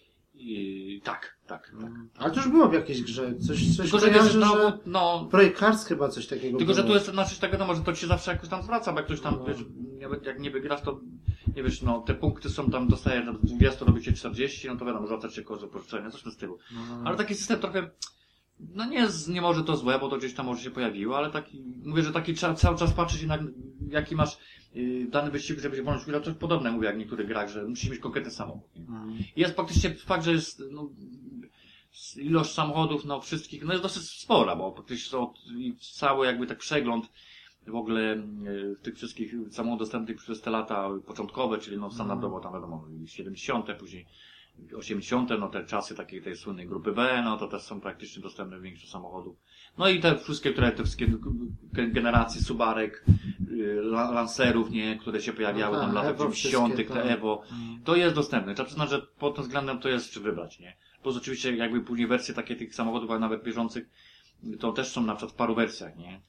Tak. Ale to już było w jakiejś grze. Coś tylko, że wiesz, Projekt Cars chyba coś takiego tylko, było. że tu jest, znaczy tak wiadomo, że to ci się zawsze jakoś tam zwraca, bo jak ktoś tam, wiesz, jak nie wygrasz, to nie wiesz, no, te punkty są tam, dostajesz na 20, robicie 40, no to wiadomo, zwracasz się koło pożyczenia, coś w tym stylu. Ale taki system trochę, no nie może to złe, bo to gdzieś tam może się pojawiło, ale taki, mówię, że taki cały czas patrzysz na jaki masz dany wyścig, żebyś wolność chwilę, coś podobne mówię jak w niektórych grach, że musisz mieć konkretny samochód. I jest praktycznie fakt, że jest, no, ilość samochodów, no wszystkich, no jest dosyć spora, bo praktycznie są cały jakby tak przegląd w ogóle tych wszystkich samochodów dostępnych przez te lata początkowe, czyli no standardowo tam wiadomo 70, później 80, no te czasy takiej tej słynnej grupy B, no to też są praktycznie dostępne większe samochodów. No i te wszystkie generacje Subarek, Lancerów, nie, które się pojawiały tam w latach 90, te Evo, to jest dostępne. Trzeba przyznać, że pod tym względem to jest czy wybrać, nie? Plus oczywiście jakby później wersje takie tych samochodów, ale nawet bieżących, to też są na przykład w paru wersjach, nie?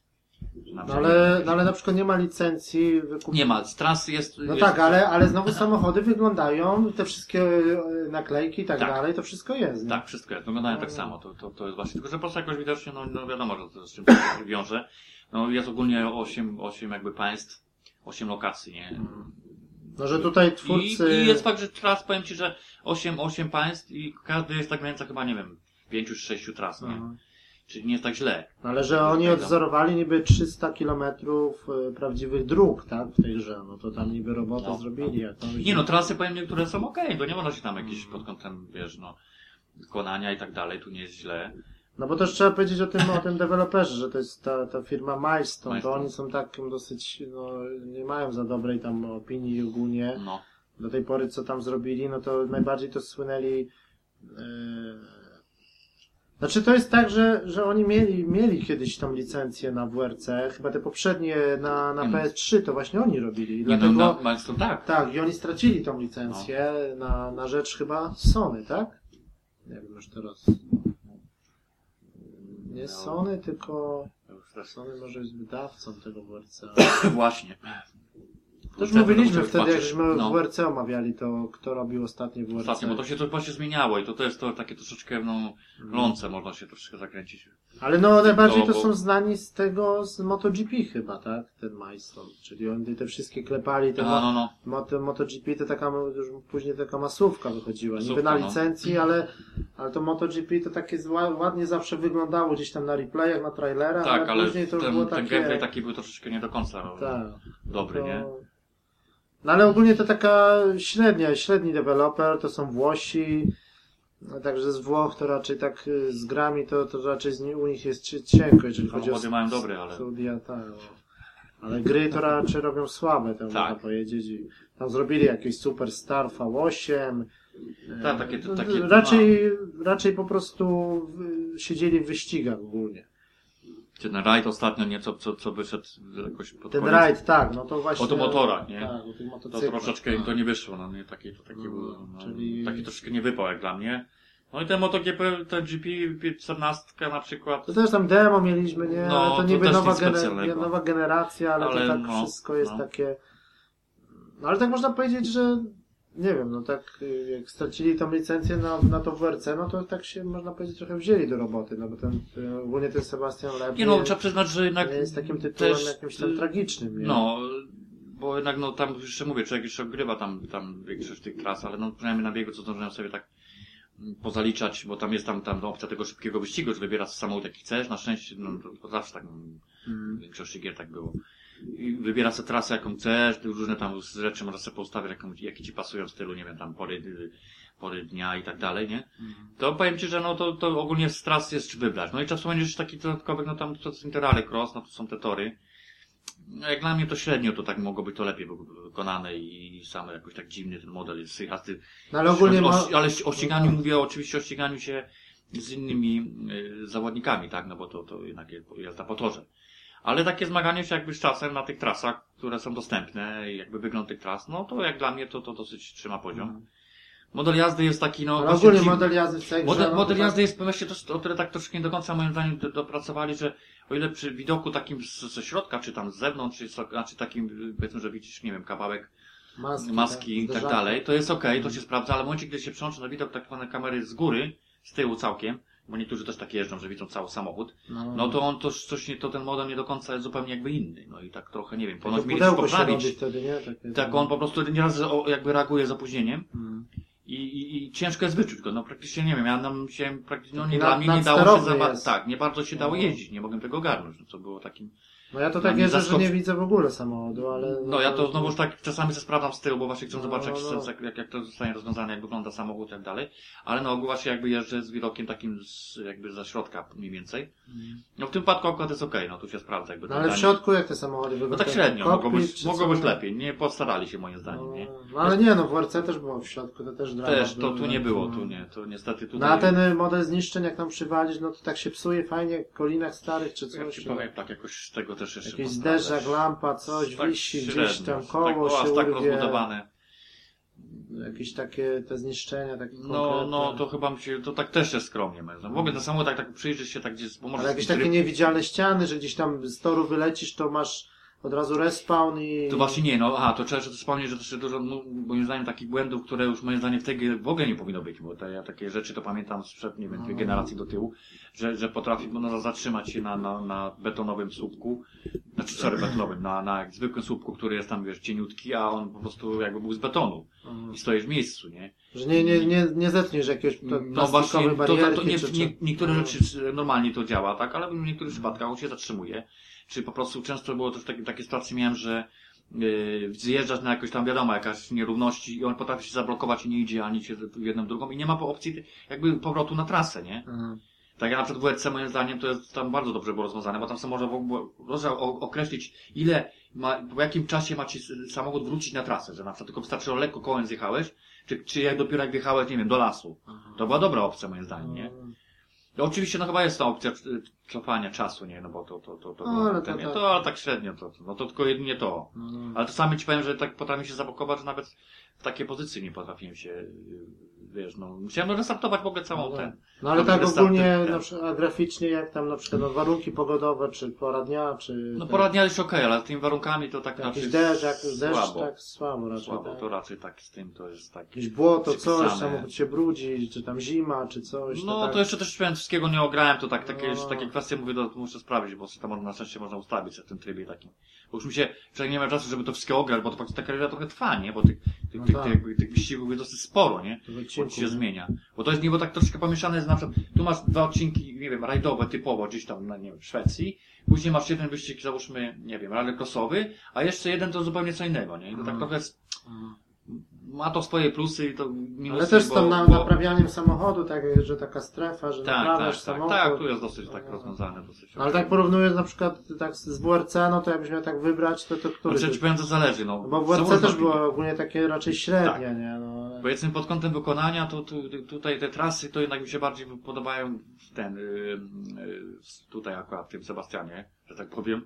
Ale na przykład nie ma licencji wykupu. Nie ma, z trasy jest... No tak, ale znowu samochody wyglądają, te wszystkie naklejki i tak dalej, to wszystko jest. Nie? Tak, wszystko jest, wyglądają tak samo, to jest właśnie, tylko że po prostu jakoś widocznie, no wiadomo, że to z czym to się wiąże. No jest ogólnie 8 jakby państw, 8 lokacji, nie? No, że tutaj twórcy... I jest fakt, że tras, powiem Ci, że 8 państw i każdy jest tak granica chyba, nie wiem, 5 czy 6 tras, nie? Czyli nie jest tak źle. Ale że oni odzorowali niby 300 kilometrów prawdziwych dróg, tak, w tej grze. No to tam niby robotę zrobili. Nie no, trasy powiem niektóre są okej, to nie można się tam jakieś pod kątem, wiesz, no, wykonania i tak dalej, tu nie jest źle. No bo też trzeba powiedzieć o tym deweloperze, że to jest ta firma Milestone, to oni są takim dosyć, no, nie mają za dobrej tam opinii ogólnie. No. Do tej pory co tam zrobili, no to najbardziej to słynęli Znaczy to jest tak, że oni mieli kiedyś tą licencję na WRC, chyba te poprzednie na PS3 to właśnie oni robili. Nie, dlatego, no, tak. Tak, i oni stracili tą licencję na rzecz chyba Sony, tak? Nie wiem już teraz. Nie Sony, tylko Sony może jest wydawcą tego WRC. Właśnie. Też mówiliśmy wtedy, jak żeśmy w WRC omawiali, to kto robił ostatnie WRC. Ostatnio, bo to się właśnie zmieniało i to jest to takie troszeczkę, lące, można się troszeczkę zakręcić. Ale najbardziej to są znani z MotoGP chyba, tak? Ten Milestone, czyli oni te wszystkie klepali, MotoGP to taka, już później taka masówka wychodziła, niby na licencji, ale to MotoGP to takie ładnie zawsze wyglądało gdzieś tam na replayach, na trailerach, tak, ale później to już było takie... ten gameplay taki był troszeczkę nie do końca dobry, nie? No ale ogólnie to taka średni deweloper, to są Włosi, także z Włoch to raczej tak z grami to raczej u nich jest cienko, jeżeli chodzi o mają dobre, ale... studia, tak, ale gry to raczej robią słabe, to można powiedzieć. I tam zrobili jakieś Superstar V8. Tak, takie raczej po prostu siedzieli w wyścigach ogólnie. Ten rajd ostatnio nieco, co wyszedł jakoś pod ten koniec. Rajd, tak, no to właśnie... O to motorach, nie? Tak, o tych motocyklach. To troszeczkę to nie wyszło, nie? Taki czyli... taki troszeczkę nie wypał jak dla mnie. No i ten MotoGP, ten GP14 na przykład. To też tam demo mieliśmy, nie? No, ale to niby nowa nowa generacja, ale to tak wszystko jest takie... No ale tak można powiedzieć, że nie wiem, no tak jak stracili tą licencję na to WRC, no to tak się można powiedzieć trochę wzięli do roboty, no bo ogólnie ten Sebastian Loeb trzeba przyznać, że jednak nie jest takim tytułem jakimś tam tragicznym, nie? No, bo jednak tam jeszcze mówię, człowiek jeszcze ogrywa tam większość tych tras, ale przynajmniej na biegu co zdążyłem sobie tak pozaliczać, bo tam jest tam opcja tego szybkiego wyścigu, że wybierasz samochód jaki chcesz, na szczęście, to zawsze tak w większości gier tak było. I wybierasz sobie trasę jaką chcesz, różne tam rzeczy możesz sobie poustawiać, jakie ci pasują w stylu, nie wiem, tam pory dnia i tak dalej, nie? To powiem ci, że to ogólnie z tras jest wybrać. No i czasem będziesz taki dodatkowy, tam to jest Interrally Cross, to są te tory. Jak dla mnie to średnio to tak mogło być to lepiej wykonane i same jakoś tak dziwny ten model jest jazdy. No ale ogólnie ale o ściganiu mówię oczywiście o ściganiu się z innymi zawodnikami, tak? No bo to jednak jazda po torze. Ale takie zmaganie się jakby z czasem na tych trasach, które są dostępne i jakby wygląd tych tras, no to jak dla mnie to dosyć trzyma poziom. Model jazdy jest taki, ale ogólnie model jazdy w tej grze, model jazdy jest właśnie o tyle tak troszkę nie do końca moim zdaniem dopracowali, że o ile przy widoku takim ze środka, czy tam z zewnątrz, czy takim, powiedzmy, że widzisz, nie wiem, kawałek maski i tak dalej, to jest okej, to się sprawdza, ale w momencie, gdy się przełączy na widok tak zwane kamery z góry, z tyłu całkiem, bo niektórzy też tak jeżdżą, że widzą cały samochód, no to on to ten model nie do końca jest zupełnie jakby inny, no i tak trochę, nie wiem, ponoć mieli coś poprawić. Wtedy, nie? Tak, on po prostu nieraz jakby reaguje z opóźnieniem. I ciężko jest wyczuć go, praktycznie nie wiem, dla mnie nie dało się nie bardzo się dało jeździć, nie mogłem tego ogarnąć, co było takim... No ja to tak jeżdżę, że nie widzę w ogóle samochodu, ale... No ja to znowuż tak czasami sprawdzam z tyłu, bo właśnie chcę zobaczyć jak to zostanie rozwiązane, jak wygląda samochód i tak dalej, ale ogół właśnie jakby jeżdżę z widokiem takim jakby za środka mniej więcej. No w tym wypadku akurat jest okej, tu się sprawdza jakby. No ale w środku jak te samochody wyglądają? No tak średnio, mogło być lepiej, nie postarali się moim zdaniem, nie? No ale nie, w WRC też było w środku, to też dramat. Też, to tu nie było, to niestety tutaj... No a ten model zniszczeń jak tam przywalić, no to tak się psuje fajnie w kolinach starych czy coś. Ja ci powiem, tak jakoś z tego też jeszcze jakiś zderzak, lampa, coś tak wisi średnio, gdzieś tam, koło tak, się tak urwie. rozbudowane. Jakieś takie te zniszczenia, takie No to chyba to tak też jest skromnie. W ogóle na samo tak przyjrzeć się tak gdzieś... Ale jakieś takie niewidzialne ściany, że gdzieś tam z toru wylecisz, to masz od razu respawn i... To właśnie nie, to trzeba wspomnieć, że to jest dużo, moim zdaniem, takich błędów, które już moim zdaniem w tej grze w ogóle nie powinno być, bo ja takie rzeczy to pamiętam sprzed, nie wiem, 2 generacji do tyłu, że potrafi zatrzymać się na betonowym słupku, betonowym, na zwykłym słupku, który jest tam, cieniutki, a on po prostu jakby był z betonu i stoisz w miejscu, nie? Że nie zetniesz jakiegoś plastikowej barierki. Niektóre rzeczy normalnie to działa, tak, ale w niektórych przypadkach on się zatrzymuje. Czy po prostu często było też takie sytuacje miałem, że zjeżdżasz na jakąś tam jakaś nierówności i on potrafi się zablokować i nie idzie ani się w jedną drugą i nie ma opcji jakby powrotu na trasę, nie? Tak jak na przykład w WRC moim zdaniem to jest tam bardzo dobrze było rozwiązane, bo tam sobie można określić po jakim czasie macie samochód wrócić na trasę, że na przykład tylko wystarczy lekko kołem zjechałeś, Czy jak dopiero jak wjechałeś, nie wiem, do lasu. To była dobra opcja moim zdaniem, nie? No, oczywiście, no chyba jest to opcja cofania czasu, nie? No bo ale tak średnio no to tylko jedynie to. Ale czasami ci powiem, że tak potrafię się zablokować, że nawet w takiej pozycji nie potrafiłem się, wiesz, no, musiałem restartować w ogóle całą ten. No ale tak ogólnie, na przykład, graficznie, jak tam na przykład warunki pogodowe, czy pora dnia, czy... No pora dnia jest okej, ale z tymi warunkami to tak raczej deszcz, tak słabo raczej. Słabo, tak. to raczej tak z tym to jest tak. Jakieś błoto, coś, samochód się brudzi, czy tam zima, czy coś. No tak... to jeszcze też wszystkiego nie ograłem, to tak, takie kwestie mówię, to muszę sprawdzić, bo tam na szczęście można ustawić w tym trybie takim. Bo już mi się, że nie ma czasu, żeby to wszystko ograć, bo to faktycznie taka gra trochę trwa, nie? Bo tych wyścigów jest dosyć sporo, nie? Bo ci się zmienia. Bo to jest niebo tak troszkę pomieszane jest na przykład, tu masz 2 odcinki, nie wiem, rajdowe typowo gdzieś tam, nie wiem, w Szwecji, później masz jeden wyścig, załóżmy, nie wiem, rallycrossowy, a jeszcze jeden to zupełnie co innego, nie? I to tak trochę jest, ma to swoje plusy i to minusy. Ale też z tym naprawianiem samochodu, tak, że taka strefa, że naprawiasz samochód. Tak, tu jest dosyć tak rozwiązane. Ale tak porównując na przykład tak z WRC, no to jakbyś miał tak wybrać, to który? Znaczy, powiem, to zależy, no. Bo WRC też było ogólnie takie raczej średnie, tak. Nie? No. Powiedzmy pod kątem wykonania, to tutaj te trasy to jednak mi się bardziej podobają tutaj akurat w tym Sebastianie, że tak powiem.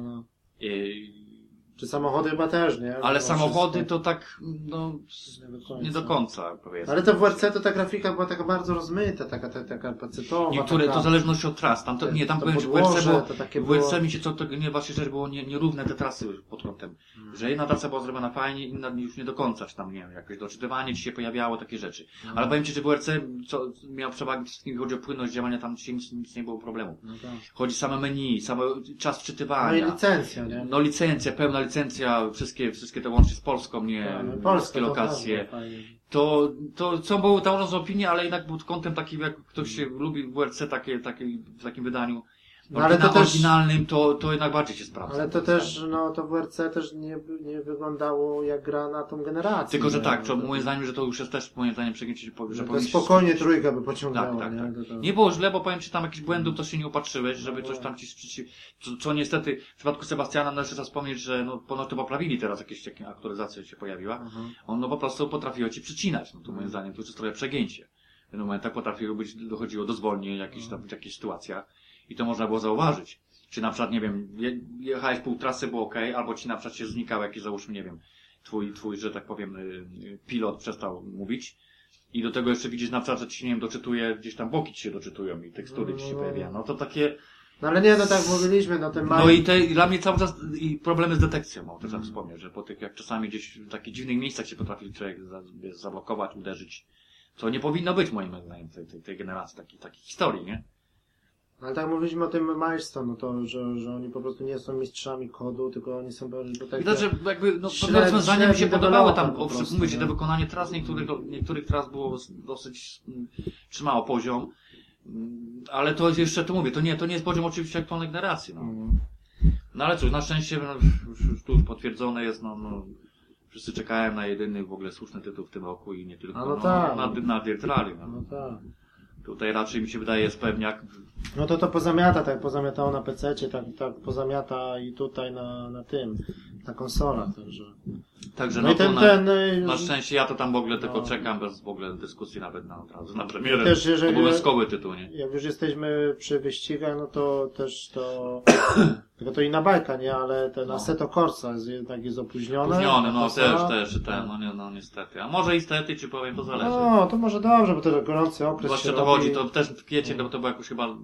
Czy samochody chyba też, nie? Ale samochody to tak, no, nie do końca, powiedzmy. Ale to w WRC to ta grafika była taka bardzo rozmyta, taka pacetowa. Niektóre, taka... to w zależności od tras. Tam to, nie, tam powiem, że w WRC mi się nie właśnie, że było nierówne te trasy pod kątem. Że jedna trasa była zrobiona fajnie, inna już nie do końca, czy tam, nie wiem, jakieś doczytywanie ci się pojawiało, takie rzeczy. Ale powiem ci, że w WRC, co miał przewagę, jeśli chodzi o płynność działania, tam nic nie było problemu. No tak. Chodzi same menu, same czas wczytywania. No i licencja, nie? No licencja, pełna licencja, wszystkie te łącznie z Polską, nie? Polskie lokacje. To co było tam różne opinie, ale jednak pod kątem takim, jak ktoś się lubi w WRC w takim wydaniu, no, ale to oryginalnym, to jednak bardziej się sprawdza. Ale to też, no to WRC też nie wyglądało jak gra na tą generację. Tylko, że tak, moim zdaniem, że to już jest też moim zdaniem przegięcie, że to spokojnie trójka by pociągnęła. Tak. Nie? Nie było źle, bo powiem ci tam jakichś błędów, to się nie opatrzyłeś, żeby coś tam ci co niestety w przypadku Sebastiana należy teraz wspomnieć, że no ponoć to poprawili teraz jakieś aktualizacja się pojawiła. On no po prostu potrafiło ci przycinać, no to moim zdaniem to już jest trochę przegięcie. W pewnym momentach potrafiło dochodziło do zwolnień w jakichś sytuacjach. I to można było zauważyć. Czy na przykład, nie wiem, jechałeś pół trasy, było okej, albo ci na przykład się znikał jakiś, załóżmy, nie wiem, twój, że tak powiem, pilot przestał mówić. I do tego jeszcze widzisz na przykład, że ci się, nie wiem, doczytuje, gdzieś tam boki ci się doczytują i tekstury ci się pojawiają. No to takie... No ale nie, no tak mówiliśmy, no ten No i dla mnie cały czas i problemy z detekcją, mam też wspomnieć, że po tych, jak czasami gdzieś w takich dziwnych miejscach się potrafi człowiek zablokować, uderzyć. Co nie powinno być, moim zdaniem, tej generacji, takiej historii, nie? Ale tak mówiliśmy o tym Milestone, no to, że oni po prostu nie są mistrzami kodu, tylko oni są takie... Widać, że jakby, no, pewne rozwiązania mi się podobały tam, mówię ci, to wykonanie tras, niektórych tras było dosyć, trzymało poziom, ale to jest jeszcze, to mówię, to nie jest poziom oczywiście aktualnej generacji, no. No ale cóż, na szczęście, już tu potwierdzone jest, no, wszyscy czekają na jedyny w ogóle słuszny tytuł w tym roku i nie tylko, na Dirt Rally, no tak. Tutaj raczej mi się wydaje jest pewniak. No to pozamiata, tak pozamiatało na PC-cie, tak pozamiata i tutaj na konsolach, Także no na szczęście ja to tam w ogóle tylko czekam, bez w ogóle dyskusji nawet na premierę. Też, obowiązkowy tytuł, nie? Jak już jesteśmy przy wyścigach, no to też tylko to inna bajka, nie? Ale ten Assetto Corsa jest opóźnione. Opóźniony, no też no niestety. A może niestety, czy powiem, to zależy. No, to może dobrze, bo to gorący okres. Właśnie to chodzi, to też w kwiecień, to było jakoś chyba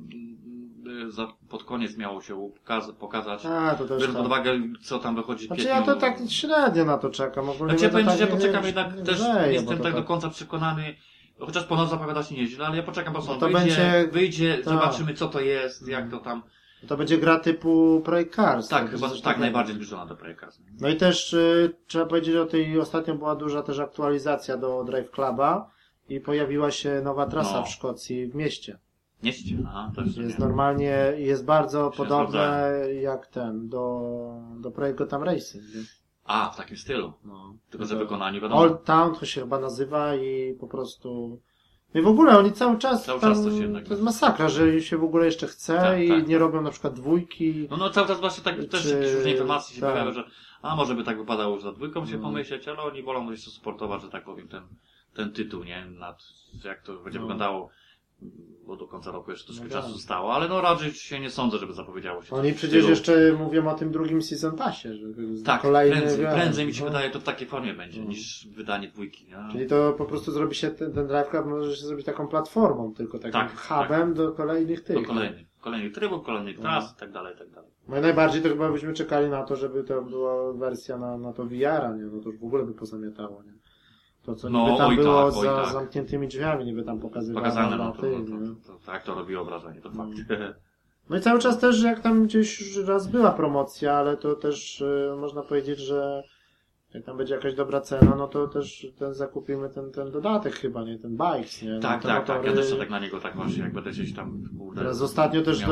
pod koniec miało się pokazać. Biorąc pod uwagę, co tam wychodzi w kwietniu. Znaczy ja to tak średnio na to czekam. Znaczy ja powiem, że ja poczekam jednak też, nie jestem tak do końca przekonany, chociaż ponoć zapowiada się nieźle, ale ja poczekam, bo wyjdzie, zobaczymy co to jest, jak to tam. To będzie gra typu Project Cars. Tak, chyba tak najbardziej zbliżona do Project Cars. No i też trzeba powiedzieć, że ostatnio była duża też aktualizacja do Drive Cluba i pojawiła się nowa trasa w Szkocji w mieście. Jest normalnie, jest bardzo podobne jak do Project Gotham Racing. A, w takim stylu. No. Tylko że wykonanie wiadomo. Old Town to się chyba nazywa i po prostu... No i w ogóle oni cały czas to jest masakra, że się w ogóle jeszcze chce nie robią na przykład dwójki. No cały czas właśnie tak też jakieś różne informacje się pojawiają, że może by tak wypadało, że za dwójką się pomyśleć, ale oni wolą jeszcze supportować, że tak powiem, ten tytuł, nie? Jak to będzie wyglądało, bo do końca roku jeszcze troszkę czasu zostało, ale no raczej się nie sądzę, żeby zapowiedziało się. Oni przecież jeszcze mówią o tym drugim season passie, że tak, kolejny prędzej mi się wydaje, to w takiej formie będzie, niż wydanie 2. Nie? Czyli to po prostu zrobi się ten Drive Club może się zrobić taką platformą, tylko takim hubem do kolejnych tych. Do kolejnych trybów, kolejnych tras i tak dalej, i tak dalej. No i najbardziej to chyba byśmy czekali na to, żeby to była wersja na to VR-a, nie? No to już w ogóle by pozamiatało, nie? To co niby tam było za zamkniętymi drzwiami, niby tam pokazane no to tak to robiło wrażenie, to fakt. No i cały czas też, jak tam gdzieś już raz była promocja, ale to też można powiedzieć, że jak tam będzie jakaś dobra cena, no to też zakupimy ten dodatek chyba, nie? Ten Bikes, nie? Tak. Ja też tak na niego tak właśnie, jak będę gdzieś tam... Teraz ostatnio też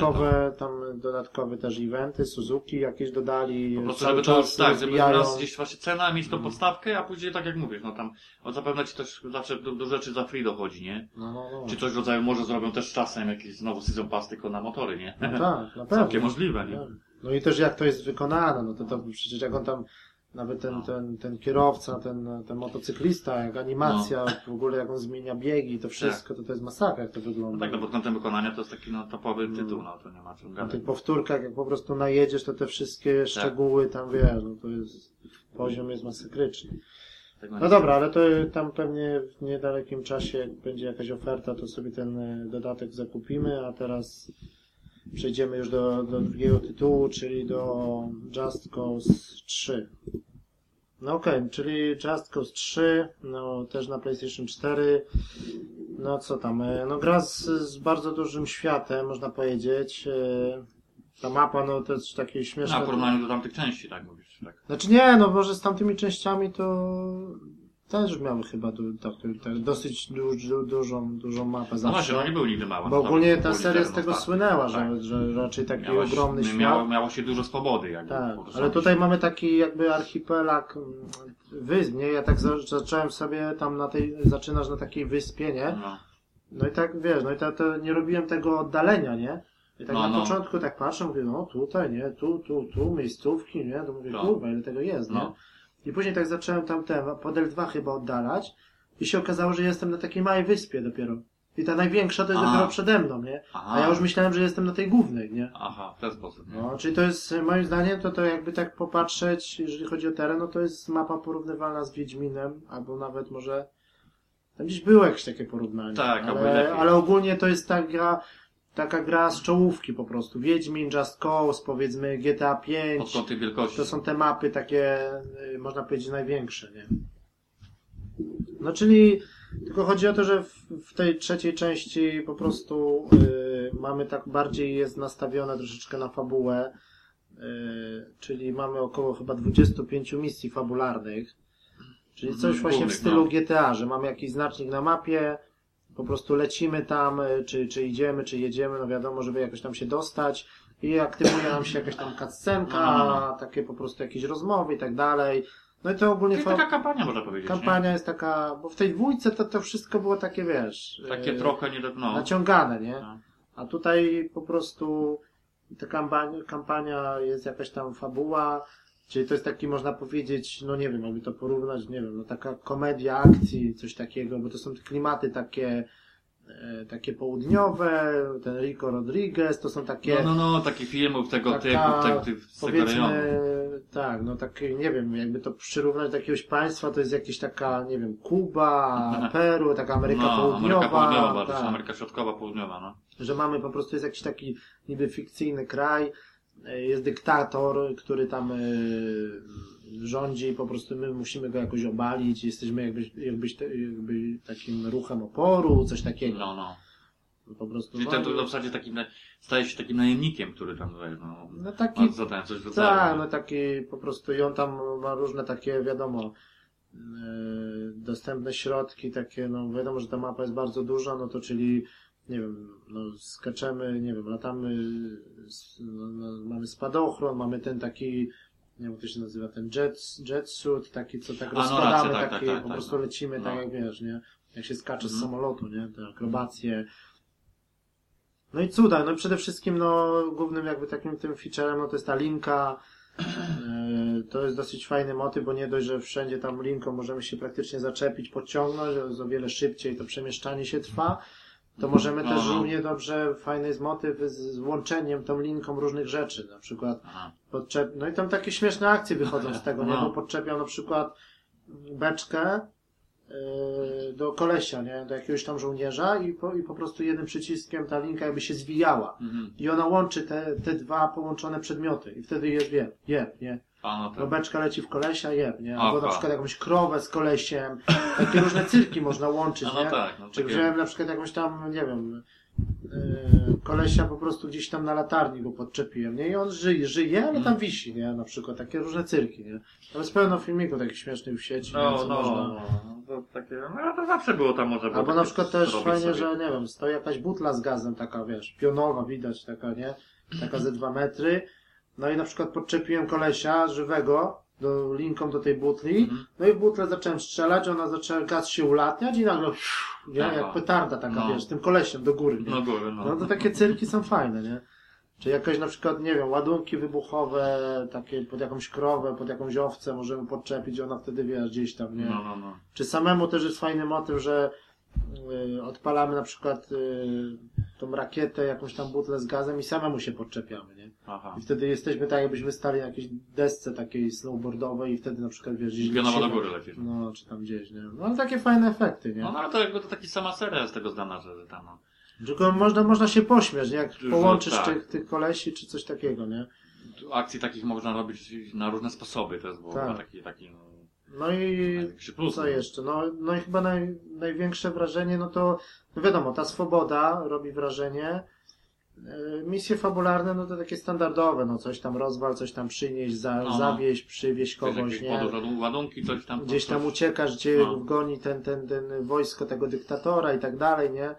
dodatkowe też eventy, Suzuki jakieś dodali. Po prostu, żeby to już żeby raz gdzieś właśnie cena, mieć tą podstawkę, a później tak jak mówisz, no tam, zapewne ci też zawsze do rzeczy za free dochodzi, nie? No. Czy coś w rodzaju, może zrobią też czasem jakiś znowu season pass tylko na motory, nie? No tak, na pewno. Całkiem możliwe, nie? No i też jak to jest wykonane, no to przecież jak on tam nawet ten kierowca, ten motocyklista, jak animacja, w ogóle jak on zmienia biegi, to wszystko, to jest masakra, jak to wygląda. No tak, no pod kątem wykonania to jest taki topowy tytuł, no to nie ma czym gadać. Na tych powtórkach, jak po prostu najedziesz, to te wszystkie szczegóły tam wiesz, no to jest, poziom jest masakryczny. No dobra, ale to tam pewnie w niedalekim czasie, jak będzie jakaś oferta, to sobie ten dodatek zakupimy, a teraz przejdziemy już do drugiego tytułu, czyli do Just Cause 3. No okej, czyli Just Cause 3, no też na PlayStation 4. No co tam, no gra z bardzo dużym światem, można powiedzieć. Ta mapa, no to jest takie śmieszne. Na porównaniu do tamtych części, tak mówisz, tak? Znaczy nie, no może z tamtymi częściami to też miały chyba dosyć dużą mapę zawsze. No właśnie, no nie był nigdy mała. Bo ogólnie ta seria z tego słynęła, że raczej taki ogromny świat. Miało się dużo swobody jakby. Tak, ale tutaj mamy taki jakby archipelag wysp, nie? Ja tak zacząłem sobie tam zaczynasz na takiej wyspie, nie? No i tak, wiesz, no i to nie robiłem tego oddalenia, nie? I tak na początku tak patrzę, mówię, no tutaj, nie? Tu, miejscówki, nie? To mówię, kurwa, ile tego jest, nie? I później tak zacząłem tam pod L2 chyba oddalać i się okazało, że jestem na takiej małej wyspie dopiero. I ta największa to jest dopiero przede mną, nie? A ja już myślałem, że jestem na tej głównej, nie? Aha, w ten sposób. Nie? No, czyli to jest, moim zdaniem, to jakby tak popatrzeć, jeżeli chodzi o teren, no to jest mapa porównywalna z Wiedźminem, albo nawet może tam gdzieś było jakieś takie porównanie. Tak, ale ogólnie to jest taka gra z czołówki po prostu. Wiedźmin, Just Cause, powiedzmy GTA 5. Pod kątem wielkości. To są te mapy takie, można powiedzieć, największe, nie? No czyli, tylko chodzi o to, że w tej trzeciej części po prostu mamy tak bardziej jest nastawione troszeczkę na fabułę, czyli mamy około chyba 25 misji fabularnych, czyli coś właśnie w stylu GTA, że mamy jakiś znacznik na mapie, po prostu lecimy tam, czy idziemy, czy jedziemy, no wiadomo, żeby jakoś tam się dostać i aktywuje nam się jakaś tam cutscenka, takie po prostu jakieś rozmowy i tak dalej. No i to ogólnie... To jest taka kampania, można powiedzieć. Kampania jest taka, bo w tej dwójce to wszystko było takie, wiesz... Takie trochę naciągane, nie? A tutaj po prostu ta kampania jest jakaś tam fabuła, czyli to jest taki, można powiedzieć, no nie wiem, jakby to porównać, nie wiem, no taka komedia akcji, coś takiego, bo to są te klimaty takie południowe, ten Rico Rodriguez, to są takie... takich filmów tego typu, z tego rejonu. Tak, no takie, nie wiem, jakby to przyrównać do jakiegoś państwa, to jest jakieś taka, nie wiem, Kuba, Peru, taka Ameryka Południowa. Ameryka Południowa, bardzo, Ameryka Środkowa, Południowa, no. Że mamy po prostu, jest jakiś taki niby fikcyjny kraj, jest dyktator, który tam rządzi i po prostu my musimy go jakoś obalić, jesteśmy jakby takim ruchem oporu, coś takiego. No. Po prostu, czyli ten w zasadzie staje się takim najemnikiem, który tam taki, ma zadanie coś w rodzaju. Tak, no taki po prostu i on tam ma różne takie, wiadomo, dostępne środki, takie, no wiadomo, że ta mapa jest bardzo duża, no to czyli nie wiem, no skaczemy, nie wiem, latamy, mamy spadochron, mamy ten taki, nie wiem, jak to się nazywa, ten jetsuit, taki, co tak rozkładamy, po prostu lecimy, tak jak wiesz, nie? Jak się skacze z samolotu, nie? Te akrobacje. No i cuda, no i przede wszystkim, no, głównym jakby takim tym featurem, no to jest ta linka, To jest dosyć fajny motyw, bo nie dość, że wszędzie tam linką możemy się praktycznie zaczepić, podciągnąć, o wiele szybciej to przemieszczanie się trwa, to możemy też równie dobrze, fajny jest motyw z łączeniem tą linką różnych rzeczy, na przykład no i tam takie śmieszne akcje wychodzą z tego, nie? Bo podczepiam na przykład beczkę do kolesia, nie? Do jakiegoś tam żołnierza i po prostu jednym przyciskiem ta linka jakby się zwijała. I ona łączy te dwa połączone przedmioty i wtedy jest jeb, nie? No beczka leci w kolesia, nie? Albo na przykład jakąś krowę z kolesiem. Takie różne cyrki można łączyć, nie? Czy wziąłem na przykład jakąś tam, nie wiem, kolesia po prostu gdzieś tam na latarni go podczepiłem, nie? I on żyje, ale tam wisi, nie? Na przykład takie różne cyrki, nie? Tam jest pełno filmików takich śmiesznych w sieci, można... To takie, to zawsze było tam może... Albo na przykład też fajnie, sobie. Że nie wiem, stoi jakaś butla z gazem taka, wiesz, pionowa widać taka, nie? Taka ze 2 metry. No i na przykład podczepiłem kolesia żywego linką do tej butli, no i w butlę zacząłem strzelać, gaz się ulatniać i nagle nie? Jak petarda taka, wiesz, tym kolesiem do góry, nie? No to takie cyrki są fajne, nie? Czy jakaś na przykład, nie wiem, ładunki wybuchowe, takie pod jakąś krowę, pod jakąś owcę możemy podczepić, ona wtedy, wiesz, gdzieś tam, nie? Czy samemu też jest fajny motyw, że odpalamy na przykład tą rakietę, jakąś tam butlę z gazem i samemu się podczepiamy, nie? I wtedy jesteśmy tak, jakbyśmy stali na jakiejś desce takiej snowboardowej i wtedy na przykład, wiesz, gdzieś pionowo do góry lecisz. No, czy tam gdzieś, nie? No, ale takie fajne efekty, nie? No, ale to jakby to taki sama seria z tego znana, że tam, no. Tylko można się pośmiać, nie? Jak połączysz tych kolesi, czy coś takiego, nie? Akcji takich można robić na różne sposoby, to jest taki no i co jeszcze? No i chyba największe wrażenie, no to no wiadomo, ta swoboda robi wrażenie. Misje fabularne, no to takie standardowe, no coś tam rozwal, coś tam przynieść, zawieźć, przywieźć kogoś, nie? Ładunki, coś tam. Gdzieś tam uciekasz, gdzie goni ten wojsko tego dyktatora i tak dalej, nie?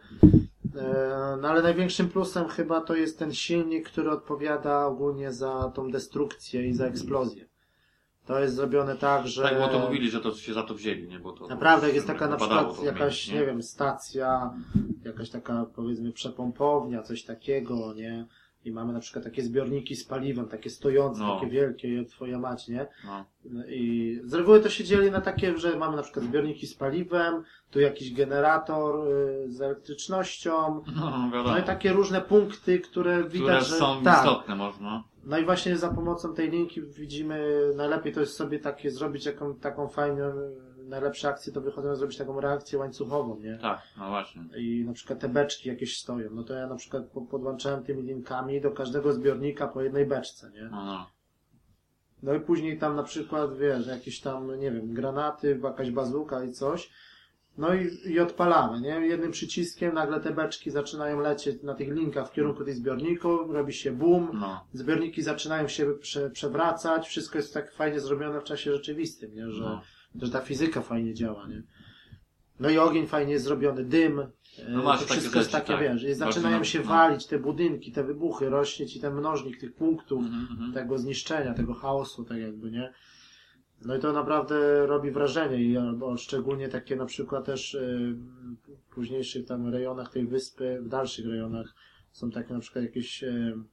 No ale największym plusem chyba to jest ten silnik, który odpowiada ogólnie za tą destrukcję i za eksplozję. To jest zrobione tak, że... Tak, bo to mówili, że to się za to wzięli, nie? Bo to naprawdę, jak jest taka na przykład jakaś, nie wiem, stacja, jakaś taka, powiedzmy, przepompownia, coś takiego, nie? I mamy na przykład takie zbiorniki z paliwem, takie stojące, takie wielkie, twoja mać, nie? I z reguły to się dzieli na takie, że mamy na przykład zbiorniki z paliwem, tu jakiś generator z elektrycznością, no i takie różne punkty, które widać, że... są istotne, można. No i właśnie za pomocą tej linki widzimy, najlepiej to jest sobie takie zrobić taką fajną, najlepsze akcje to wychodzą zrobić taką reakcję łańcuchową, nie? Tak, no właśnie. I na przykład te beczki jakieś stoją, no to ja na przykład podłączałem tymi linkami do każdego zbiornika po jednej beczce, nie? No i później tam na przykład, wiesz, jakieś tam, nie wiem, granaty, jakaś bazuka i coś. No i odpalamy, nie? Jednym przyciskiem nagle te beczki zaczynają lecieć na tych linkach w kierunku tych zbiorników, robi się boom, zbiorniki zaczynają się przewracać, wszystko jest tak fajnie zrobione w czasie rzeczywistym, nie? Że ta fizyka fajnie działa, nie? No i ogień fajnie jest zrobiony, dym, to wszystko jest takie, wiesz, i zaczynają się walić te budynki, te wybuchy, rośnie ci ten mnożnik tych punktów, tego zniszczenia, tego chaosu, tak jakby, nie? No i to naprawdę robi wrażenie albo szczególnie takie na przykład też w późniejszych tam rejonach tej wyspy, w dalszych rejonach są takie na przykład jakieś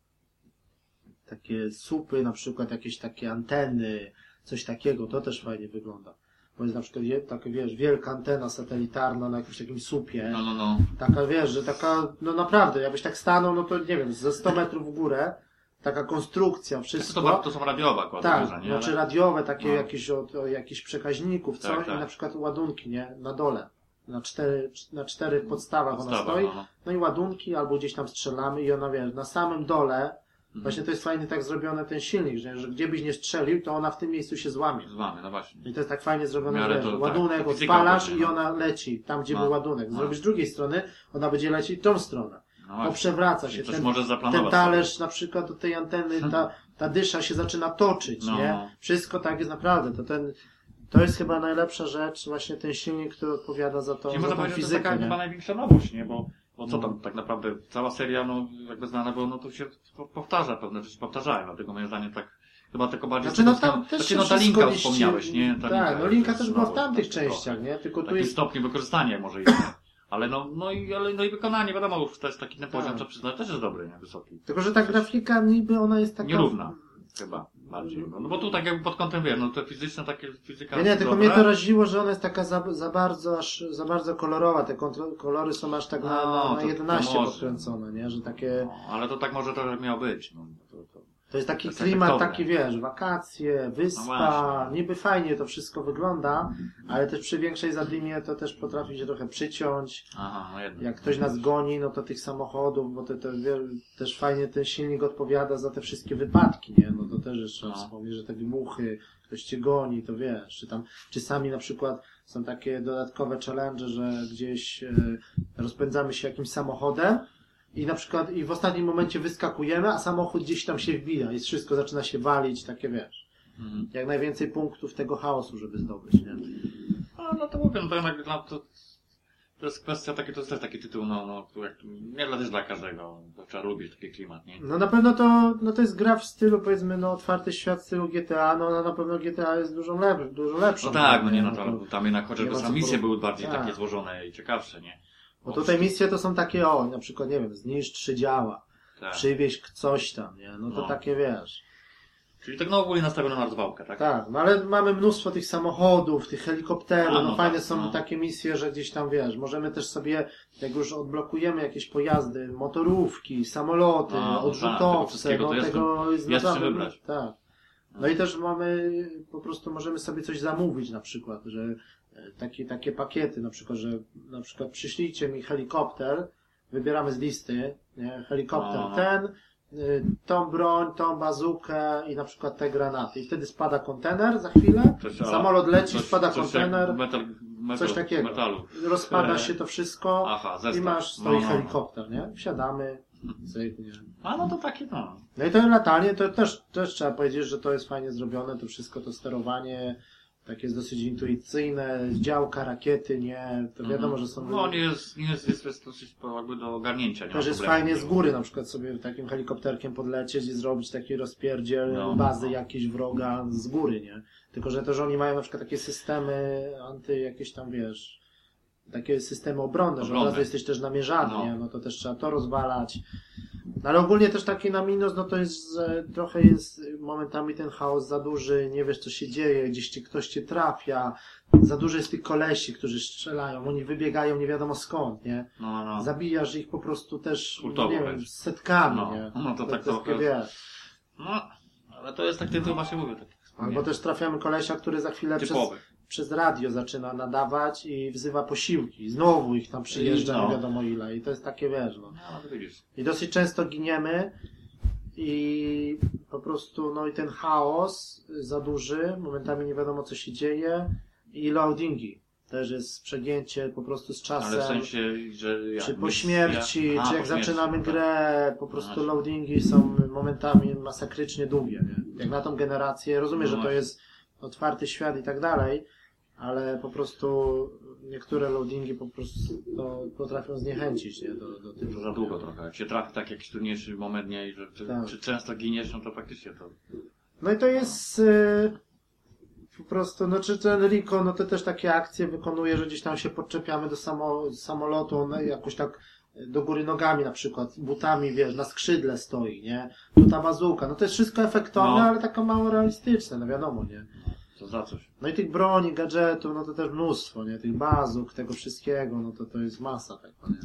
takie słupy, na przykład jakieś takie anteny, coś takiego, to też fajnie wygląda. Bo jest na przykład taka, wiesz, wielka antena satelitarna na jakimś takim słupie. Taka, wiesz, że taka, no naprawdę, jakbyś tak stanął, no to nie wiem, ze 100 metrów w górę, taka konstrukcja, wszystko. To są radiowe akurat. Tak, znaczy radiowe, takie jakieś od jakichś przekaźników, coś i na przykład ładunki, nie? Na dole. Na 4 podstawach ona stoi. No i ładunki, albo gdzieś tam strzelamy i ona, wiesz, na samym dole, właśnie to jest fajnie tak zrobione ten silnik, że gdzie byś nie strzelił, to ona w tym miejscu się złamie. No właśnie. I to jest tak fajnie zrobione, że ładunek odpalasz i ona leci tam, gdzie był ładunek. Zrobisz z drugiej strony, ona będzie lecieć w tą stronę. Poprzewraca się. Ten talerz na przykład do tej anteny, ta dysza się zaczyna toczyć, nie? Wszystko tak jest naprawdę. To jest chyba najlepsza rzecz, właśnie ten silnik, który odpowiada za tą fizykę. To jest taka chyba największa nowość, nie? Bo co tam tak naprawdę, cała seria, no jakby znana była, no to się powtarza, pewne rzeczy powtarzają, dlatego moim zdaniem tak, chyba tylko bardziej... Znaczy, tam też ta linka wspomniałeś, nie? Tak, linka też była w tamtych częściach, nie? Tylko tu jest... stopniu wykorzystania może jest. Ale no i wykonanie, wiadomo, już to jest taki poziom, co przyznać, też jest dobry, nie? Wysoki. Tylko, że ta grafika niby ona jest taka... Nierówna, chyba. bardziej. No bo tu tak jakby pod kątem, no to fizyczne takie, fizyka. Nie, tylko mnie to raziło, że ona jest taka za bardzo kolorowa, te kolory są aż tak na 11 podkręcone, nie, że takie... No, ale to tak może to miało być, no. To jest taki klimat, taki wiesz, wakacje, wyspa, No niby fajnie to wszystko wygląda, ale też przy większej zadymie to też potrafi się trochę przyciąć. Aha, no jednak. Jak ktoś nas goni, no to tych samochodów, bo też fajnie ten silnik odpowiada za te wszystkie wypadki, nie? No to też trzeba wspomnieć, że te wybuchy, ktoś cię goni, to wiesz, czy sami na przykład są takie dodatkowe challenge, że gdzieś rozpędzamy się jakimś samochodem, i na przykład w ostatnim momencie wyskakujemy, a samochód gdzieś tam się wbija i wszystko zaczyna się walić, takie wiesz. Jak najwięcej punktów tego chaosu, żeby zdobyć, nie? No to mówię, to jest kwestia to jest też taki tytuł, nie też dla każdego, to trzeba lubić taki klimat, nie? No na pewno to jest gra w stylu, powiedzmy, otwarty świat w stylu GTA, na pewno GTA jest dużo lepszą. No tak, tam jednak chociażby same misje były bardziej takie złożone i ciekawsze, nie? Bo tutaj misje to są takie, na przykład, nie wiem, zniszcz 3 działa, przywieź coś tam, nie? No to takie, wiesz. Czyli tak ogólnie nastawione na rozwałkę, tak? Tak, no ale mamy mnóstwo tych samochodów, tych helikopterów, fajne są takie misje, że gdzieś tam, wiesz, możemy też sobie, jak już odblokujemy jakieś pojazdy, motorówki, samoloty, odrzutowce, tego jest naprawdę, wybrać. Tak. No i też po prostu możemy sobie coś zamówić na przykład, że takie pakiety, na przykład, że przyślijcie mi helikopter, wybieramy z listy, nie? Helikopter tą broń, tą bazukę i na przykład te granaty. I wtedy spada kontener za chwilę, samolot leci, spada kontener, coś takiego. Metalu. Rozpada się to wszystko i stoi helikopter, nie? Wsiadamy, cyk, nie? No to takie No i to latanie, to też trzeba powiedzieć, że to jest fajnie zrobione, to wszystko, to sterowanie takie jest dosyć intuicyjne, działka, rakiety, nie, to wiadomo, że są... No jest dosyć jakby do ogarnięcia. Też jest fajnie z góry na przykład sobie takim helikopterkiem podlecieć i zrobić taki rozpierdziel bazy jakiejś wroga z góry, nie? Tylko, że też oni mają na przykład takie systemy jakieś tam, wiesz, takie systemy obronne, że od razu jesteś też namierzany, nie? No to też trzeba to rozwalać. No ale ogólnie też taki na minus, to jest, że trochę jest momentami ten chaos za duży, nie wiesz co się dzieje, gdzieś ktoś cię trafia, za dużo jest tych kolesi, którzy strzelają, oni wybiegają nie wiadomo skąd, nie? Zabijasz ich po prostu też, nie wiem, setkami, nie? No to tak trochę... wiesz. No, ale to jest tak tytuł właśnie mówię. Albo też trafiamy kolesia, który za chwilę przez radio zaczyna nadawać i wzywa posiłki. Znowu ich tam przyjeżdża, nie wiadomo ile. I to jest takie, wiesz, I dosyć często giniemy i po prostu, i ten chaos za duży, momentami nie wiadomo co się dzieje i loadingi. Też jest przegięcie po prostu z czasem. Ale w sensie, że czy po śmierci, czy jak zaczynamy grę, po prostu loadingi są momentami masakrycznie długie, nie? Jak na tą generację, rozumiem, że to jest otwarty świat i tak dalej, ale po prostu niektóre loadingi po prostu potrafią zniechęcić, nie? Do tego. Za długo trochę. Jak się trafi tak jakiś trudniejszy moment, nie? I że czy często giniesz, to faktycznie to... No i to jest po prostu, czy ten Rico, to też takie akcje wykonuje, że gdzieś tam się podczepiamy do samolotu, on jakoś tak do góry nogami na przykład, butami, wiesz, na skrzydle stoi, nie? Tu ta bazuka, to jest wszystko efektowne, ale taka mało realistyczne, wiadomo, nie? To za coś. No i tych broni, gadżetów, to też mnóstwo, nie? Tych bazuk, tego wszystkiego, to jest masa tego, nie?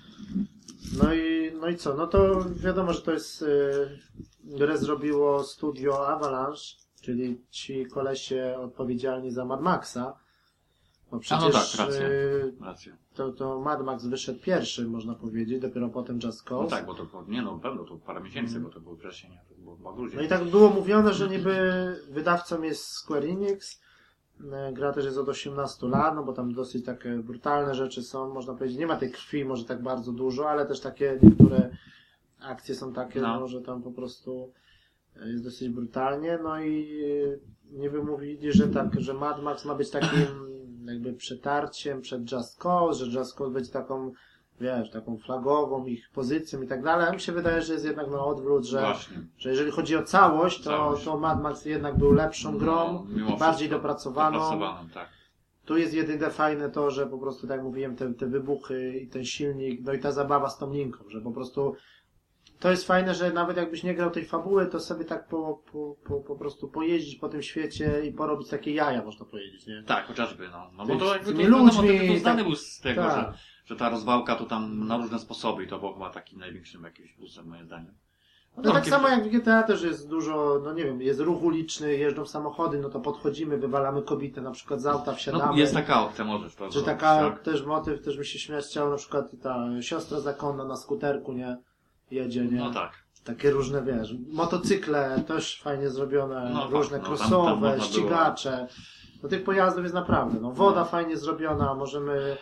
No i co? To wiadomo, że to jest grę zrobiło studio Avalanche, czyli ci kolesie odpowiedzialni za Mad Maxa. Bo przecież racja. To Mad Max wyszedł pierwszy, można powiedzieć, dopiero potem Just Cause. No tak, bo pewno to parę miesięcy, bo to było wcześniej, to było grudzień. No i tak było mówione, że niby wydawcą jest Square Enix. Gra też jest od 18 lat, bo tam dosyć takie brutalne rzeczy są, można powiedzieć. Nie ma tej krwi może tak bardzo dużo, ale też takie niektóre akcje są takie, że tam po prostu jest dosyć brutalnie. No i niby mówili, że Mad Max ma być takim jakby przetarciem przed Just Cause, że Just Cause będzie taką, wiesz, taką flagową ich pozycją i tak dalej. A mi się wydaje, że jest jednak na odwrót, że jeżeli chodzi o całość, to Mad Max jednak był lepszą grą, bardziej dopracowaną. Tak. Tu jest jedyne fajne to, że po prostu, tak jak mówiłem, te wybuchy i ten silnik, no i ta zabawa z tą linką, że po prostu to jest fajne, że nawet jakbyś nie grał tej fabuły, to sobie tak po prostu pojeździć po tym świecie i porobić takie jaja, można powiedzieć, nie? Tak, chociażby, no bo to jakby tymi to, ludźmi, tytuł znany tak, był z tego, tak. że ta rozwałka to tam na różne sposoby i to było chyba takim największym jakimś plusem, moim zdaniem. No tak samo jak w GTA też jest dużo, no nie wiem, jest ruch uliczny, jeżdżą samochody, no to podchodzimy, wywalamy kobietę na przykład z auta, wsiadamy. No, jest taka opcja, możesz to Czy zrobić, taka tak. też motyw, też mi się śmiać chciało, na przykład ta siostra zakonna na skuterku, nie? Jedzie, nie? No tak. Takie różne, wiesz, motocykle też fajnie zrobione, No różne tak, no, crossowe, tam można ścigacze. No tych pojazdów jest naprawdę, no woda fajnie zrobiona, możemy,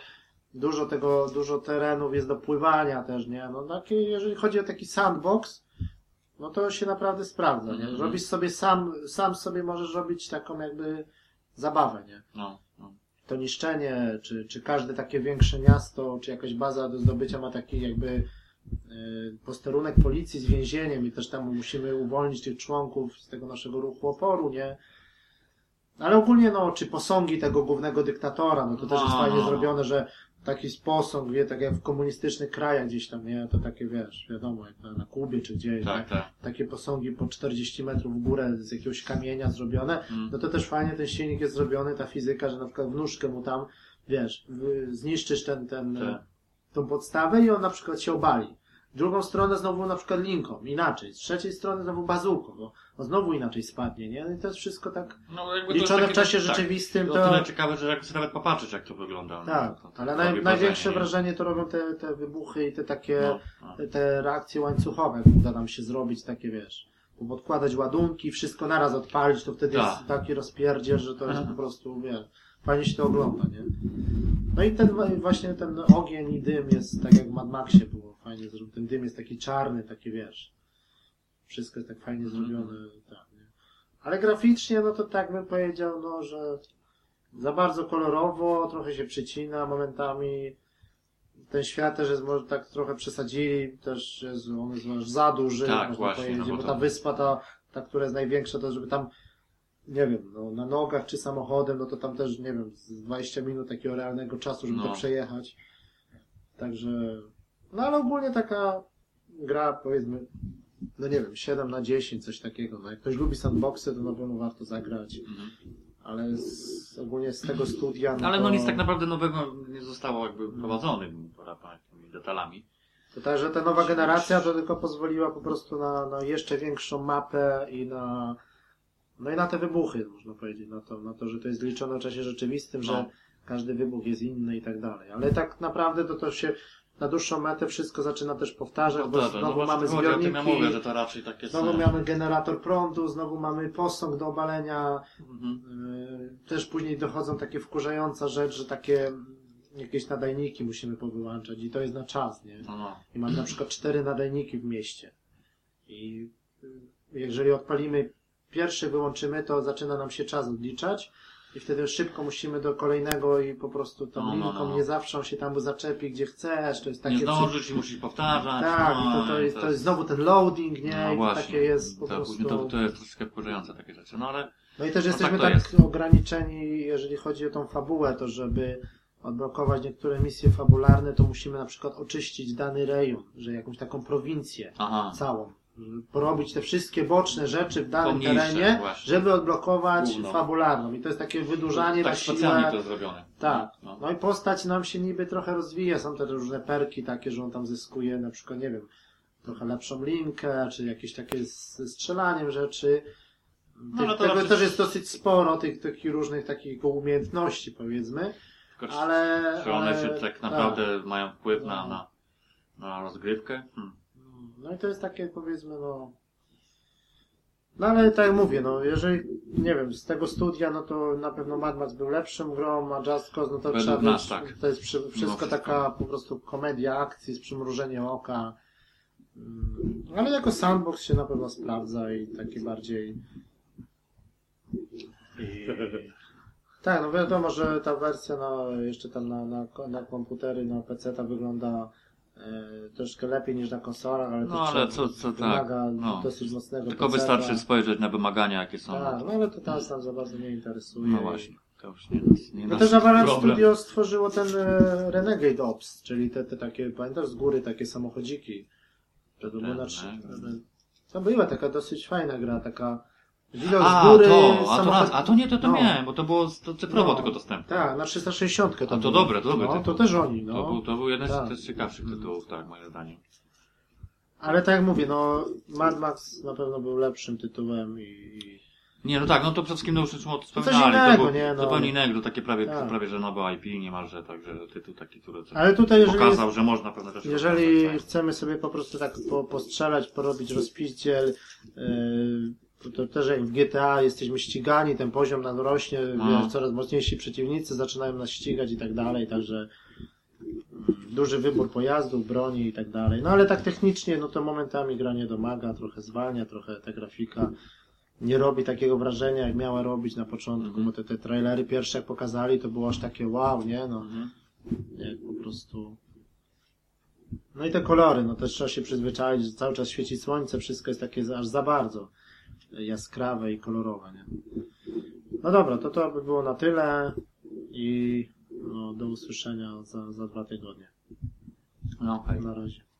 dużo terenów jest do pływania też, nie? No takie, jeżeli chodzi o taki sandbox, no to się naprawdę sprawdza, nie? Robisz sobie sam sobie możesz robić taką jakby zabawę, nie? No. To niszczenie, czy każde takie większe miasto, czy jakaś baza do zdobycia ma taki jakby posterunek policji z więzieniem i też tam musimy uwolnić tych członków z tego naszego ruchu oporu, nie? Ale ogólnie, no, czy posągi tego głównego dyktatora, no to też jest fajnie zrobione, że taki posąg, wie, tak jak w komunistycznych krajach gdzieś tam, nie? To takie, wiesz, wiadomo, jak na Kubie czy gdzieś, tak, tak. takie posągi po 40 metrów w górę z jakiegoś kamienia zrobione, no to też fajnie ten silnik jest zrobiony, ta fizyka, że na przykład w nóżkę mu tam, wiesz, zniszczysz tą podstawę i on na przykład się obali. W drugą stronę znowu na przykład linką, inaczej. Z trzeciej strony znowu bazułką, bo znowu inaczej spadnie, nie? No i to jest wszystko tak liczone w czasie rzeczywistym. To tyle ciekawe, że jak sobie nawet popatrzeć, jak to wygląda. Tak, to ale największe wrażenie to robią te wybuchy i te takie, te reakcje łańcuchowe, jak uda nam się zrobić takie, wiesz, podkładać ładunki, wszystko naraz odpalić, to wtedy jest taki rozpierdziel, że to jest po prostu, wiesz, fajnie się to ogląda, nie? No i właśnie ten ogień i dym jest tak jak w Mad Maxie było fajnie zrobione. Ten dym jest taki czarny, taki, wiesz, wszystko jest tak fajnie zrobione, tak, nie? Ale graficznie, no to tak bym powiedział, no, że za bardzo kolorowo, trochę się przycina momentami. Ten świat też jest, może tak trochę przesadzili, też jest, on jest za duży, tak, można właśnie, powiedzieć, no bo ta wyspa, ta, która jest największa, to żeby tam, nie wiem, no, na nogach czy samochodem, no to tam też, nie wiem, z 20 minut takiego realnego czasu, żeby to przejechać. Także, no ale ogólnie taka gra, powiedzmy, no nie wiem, 7/10, coś takiego. No jak ktoś lubi sandboxy, to na pewno warto zagrać. Ale ogólnie z tego studia... No ale to... no nic tak naprawdę nowego nie zostało jakby prowadzonym tymi detalami. To tak, że ta nowa generacja to tylko pozwoliła po prostu na jeszcze większą mapę i na te wybuchy, można powiedzieć. Na to, że to jest liczone w czasie rzeczywistym, że każdy wybuch jest inny i tak dalej. Ale tak naprawdę to się na dłuższą metę wszystko zaczyna też powtarzać, bo znowu mamy zbiorniki, ja mówię, że to raczej takie znowu mamy generator prądu, znowu mamy posąg do obalenia. Też później dochodzą takie wkurzająca rzecz, że takie jakieś nadajniki musimy powyłączać i to jest na czas, nie? I mamy na przykład 4 nadajniki w mieście. I jeżeli odpalimy pierwszy, wyłączymy, to zaczyna nam się czas odliczać. I wtedy szybko musimy do kolejnego i po prostu tą linką nie zawsze on się tam zaczepi gdzie chcesz, to jest takie... Nie zdążysz i musisz powtarzać. Tak, to jest znowu ten loading, nie? No I właśnie, takie jest po prostu... To jest troszkę wkurzające takie rzeczy, no ale... No i też jesteśmy tak ograniczeni, jeżeli chodzi o tą fabułę, to żeby odblokować niektóre misje fabularne, to musimy na przykład oczyścić dany rejon, że jakąś taką prowincję całą. Porobić te wszystkie boczne rzeczy w danym terenie, żeby odblokować fabularną. I to jest takie wydłużanie na siłę. Specjalnie to zrobione. Tak. No i postać nam się niby trochę rozwija. Są te różne perki takie, że on tam zyskuje na przykład, nie wiem, trochę lepszą linkę, czy jakieś takie ze strzelaniem rzeczy. Tego też jest dosyć sporo, tych różnych takich umiejętności, powiedzmy. Czy one się tak naprawdę mają wpływ na rozgrywkę? No i to jest takie, powiedzmy, no ale tak jak mówię, no jeżeli, nie wiem, z tego studia, no to na pewno Mad Max był lepszym grą, a Just Cause, no to trzeba być, to jest wszystko taka po prostu komedia akcji z przymrużeniem oka. Ale jako sandbox się na pewno sprawdza i taki bardziej... Tak, no wiadomo, że ta wersja jeszcze tam na komputery, na PC-ta wygląda troszkę lepiej niż na konsolach, ale wymaga dosyć mocnego tylko PC-ta. Wystarczy spojrzeć na wymagania, jakie są. Tak, no ale to teraz nam za bardzo nie interesuje. No właśnie, to już nie no też Avalanche Studio stworzyło ten Renegade Ops, czyli te takie, pamiętasz, z góry takie samochodziki. Tego Ten, było na nie? To była taka dosyć fajna gra, taka widok z góry, to miałem, bo to było cyfrowo tylko dostępne. Tak, na 360 to to było. dobre. To też oni, no. To był jeden z ciekawszych tytułów, tak, moim zdaniem. Ale tak jak mówię, no Mad Max na pewno był lepszym tytułem i... Nie, no tak, no to przede wszystkim już o to Coś innego, to było nie, no. zupełnie innego, takie prawie że nowe IP niemalże, także tytuł taki, który ale tutaj, jeżeli pokazał, że można pewne rzeczy jeżeli rozwiązać, tak. chcemy sobie po prostu tak postrzelać, porobić rozpiździel, to też jak w GTA jesteśmy ścigani, ten poziom nam rośnie, wiesz, coraz mocniejsi przeciwnicy zaczynają nas ścigać i tak dalej, także duży wybór pojazdów, broni i tak dalej. No ale tak technicznie, no to momentami gra nie domaga, trochę zwalnia, trochę ta grafika nie robi takiego wrażenia, jak miała robić na początku, bo te trailery pierwsze jak pokazali, to było aż takie wow, nie? No, jak po prostu... No i te kolory, no też trzeba się przyzwyczaić, że cały czas świeci słońce, wszystko jest takie aż za bardzo jaskrawe i kolorowe, nie? No dobra, to by było na tyle i no, do usłyszenia za 2 tygodnie. No, hej. Na razie.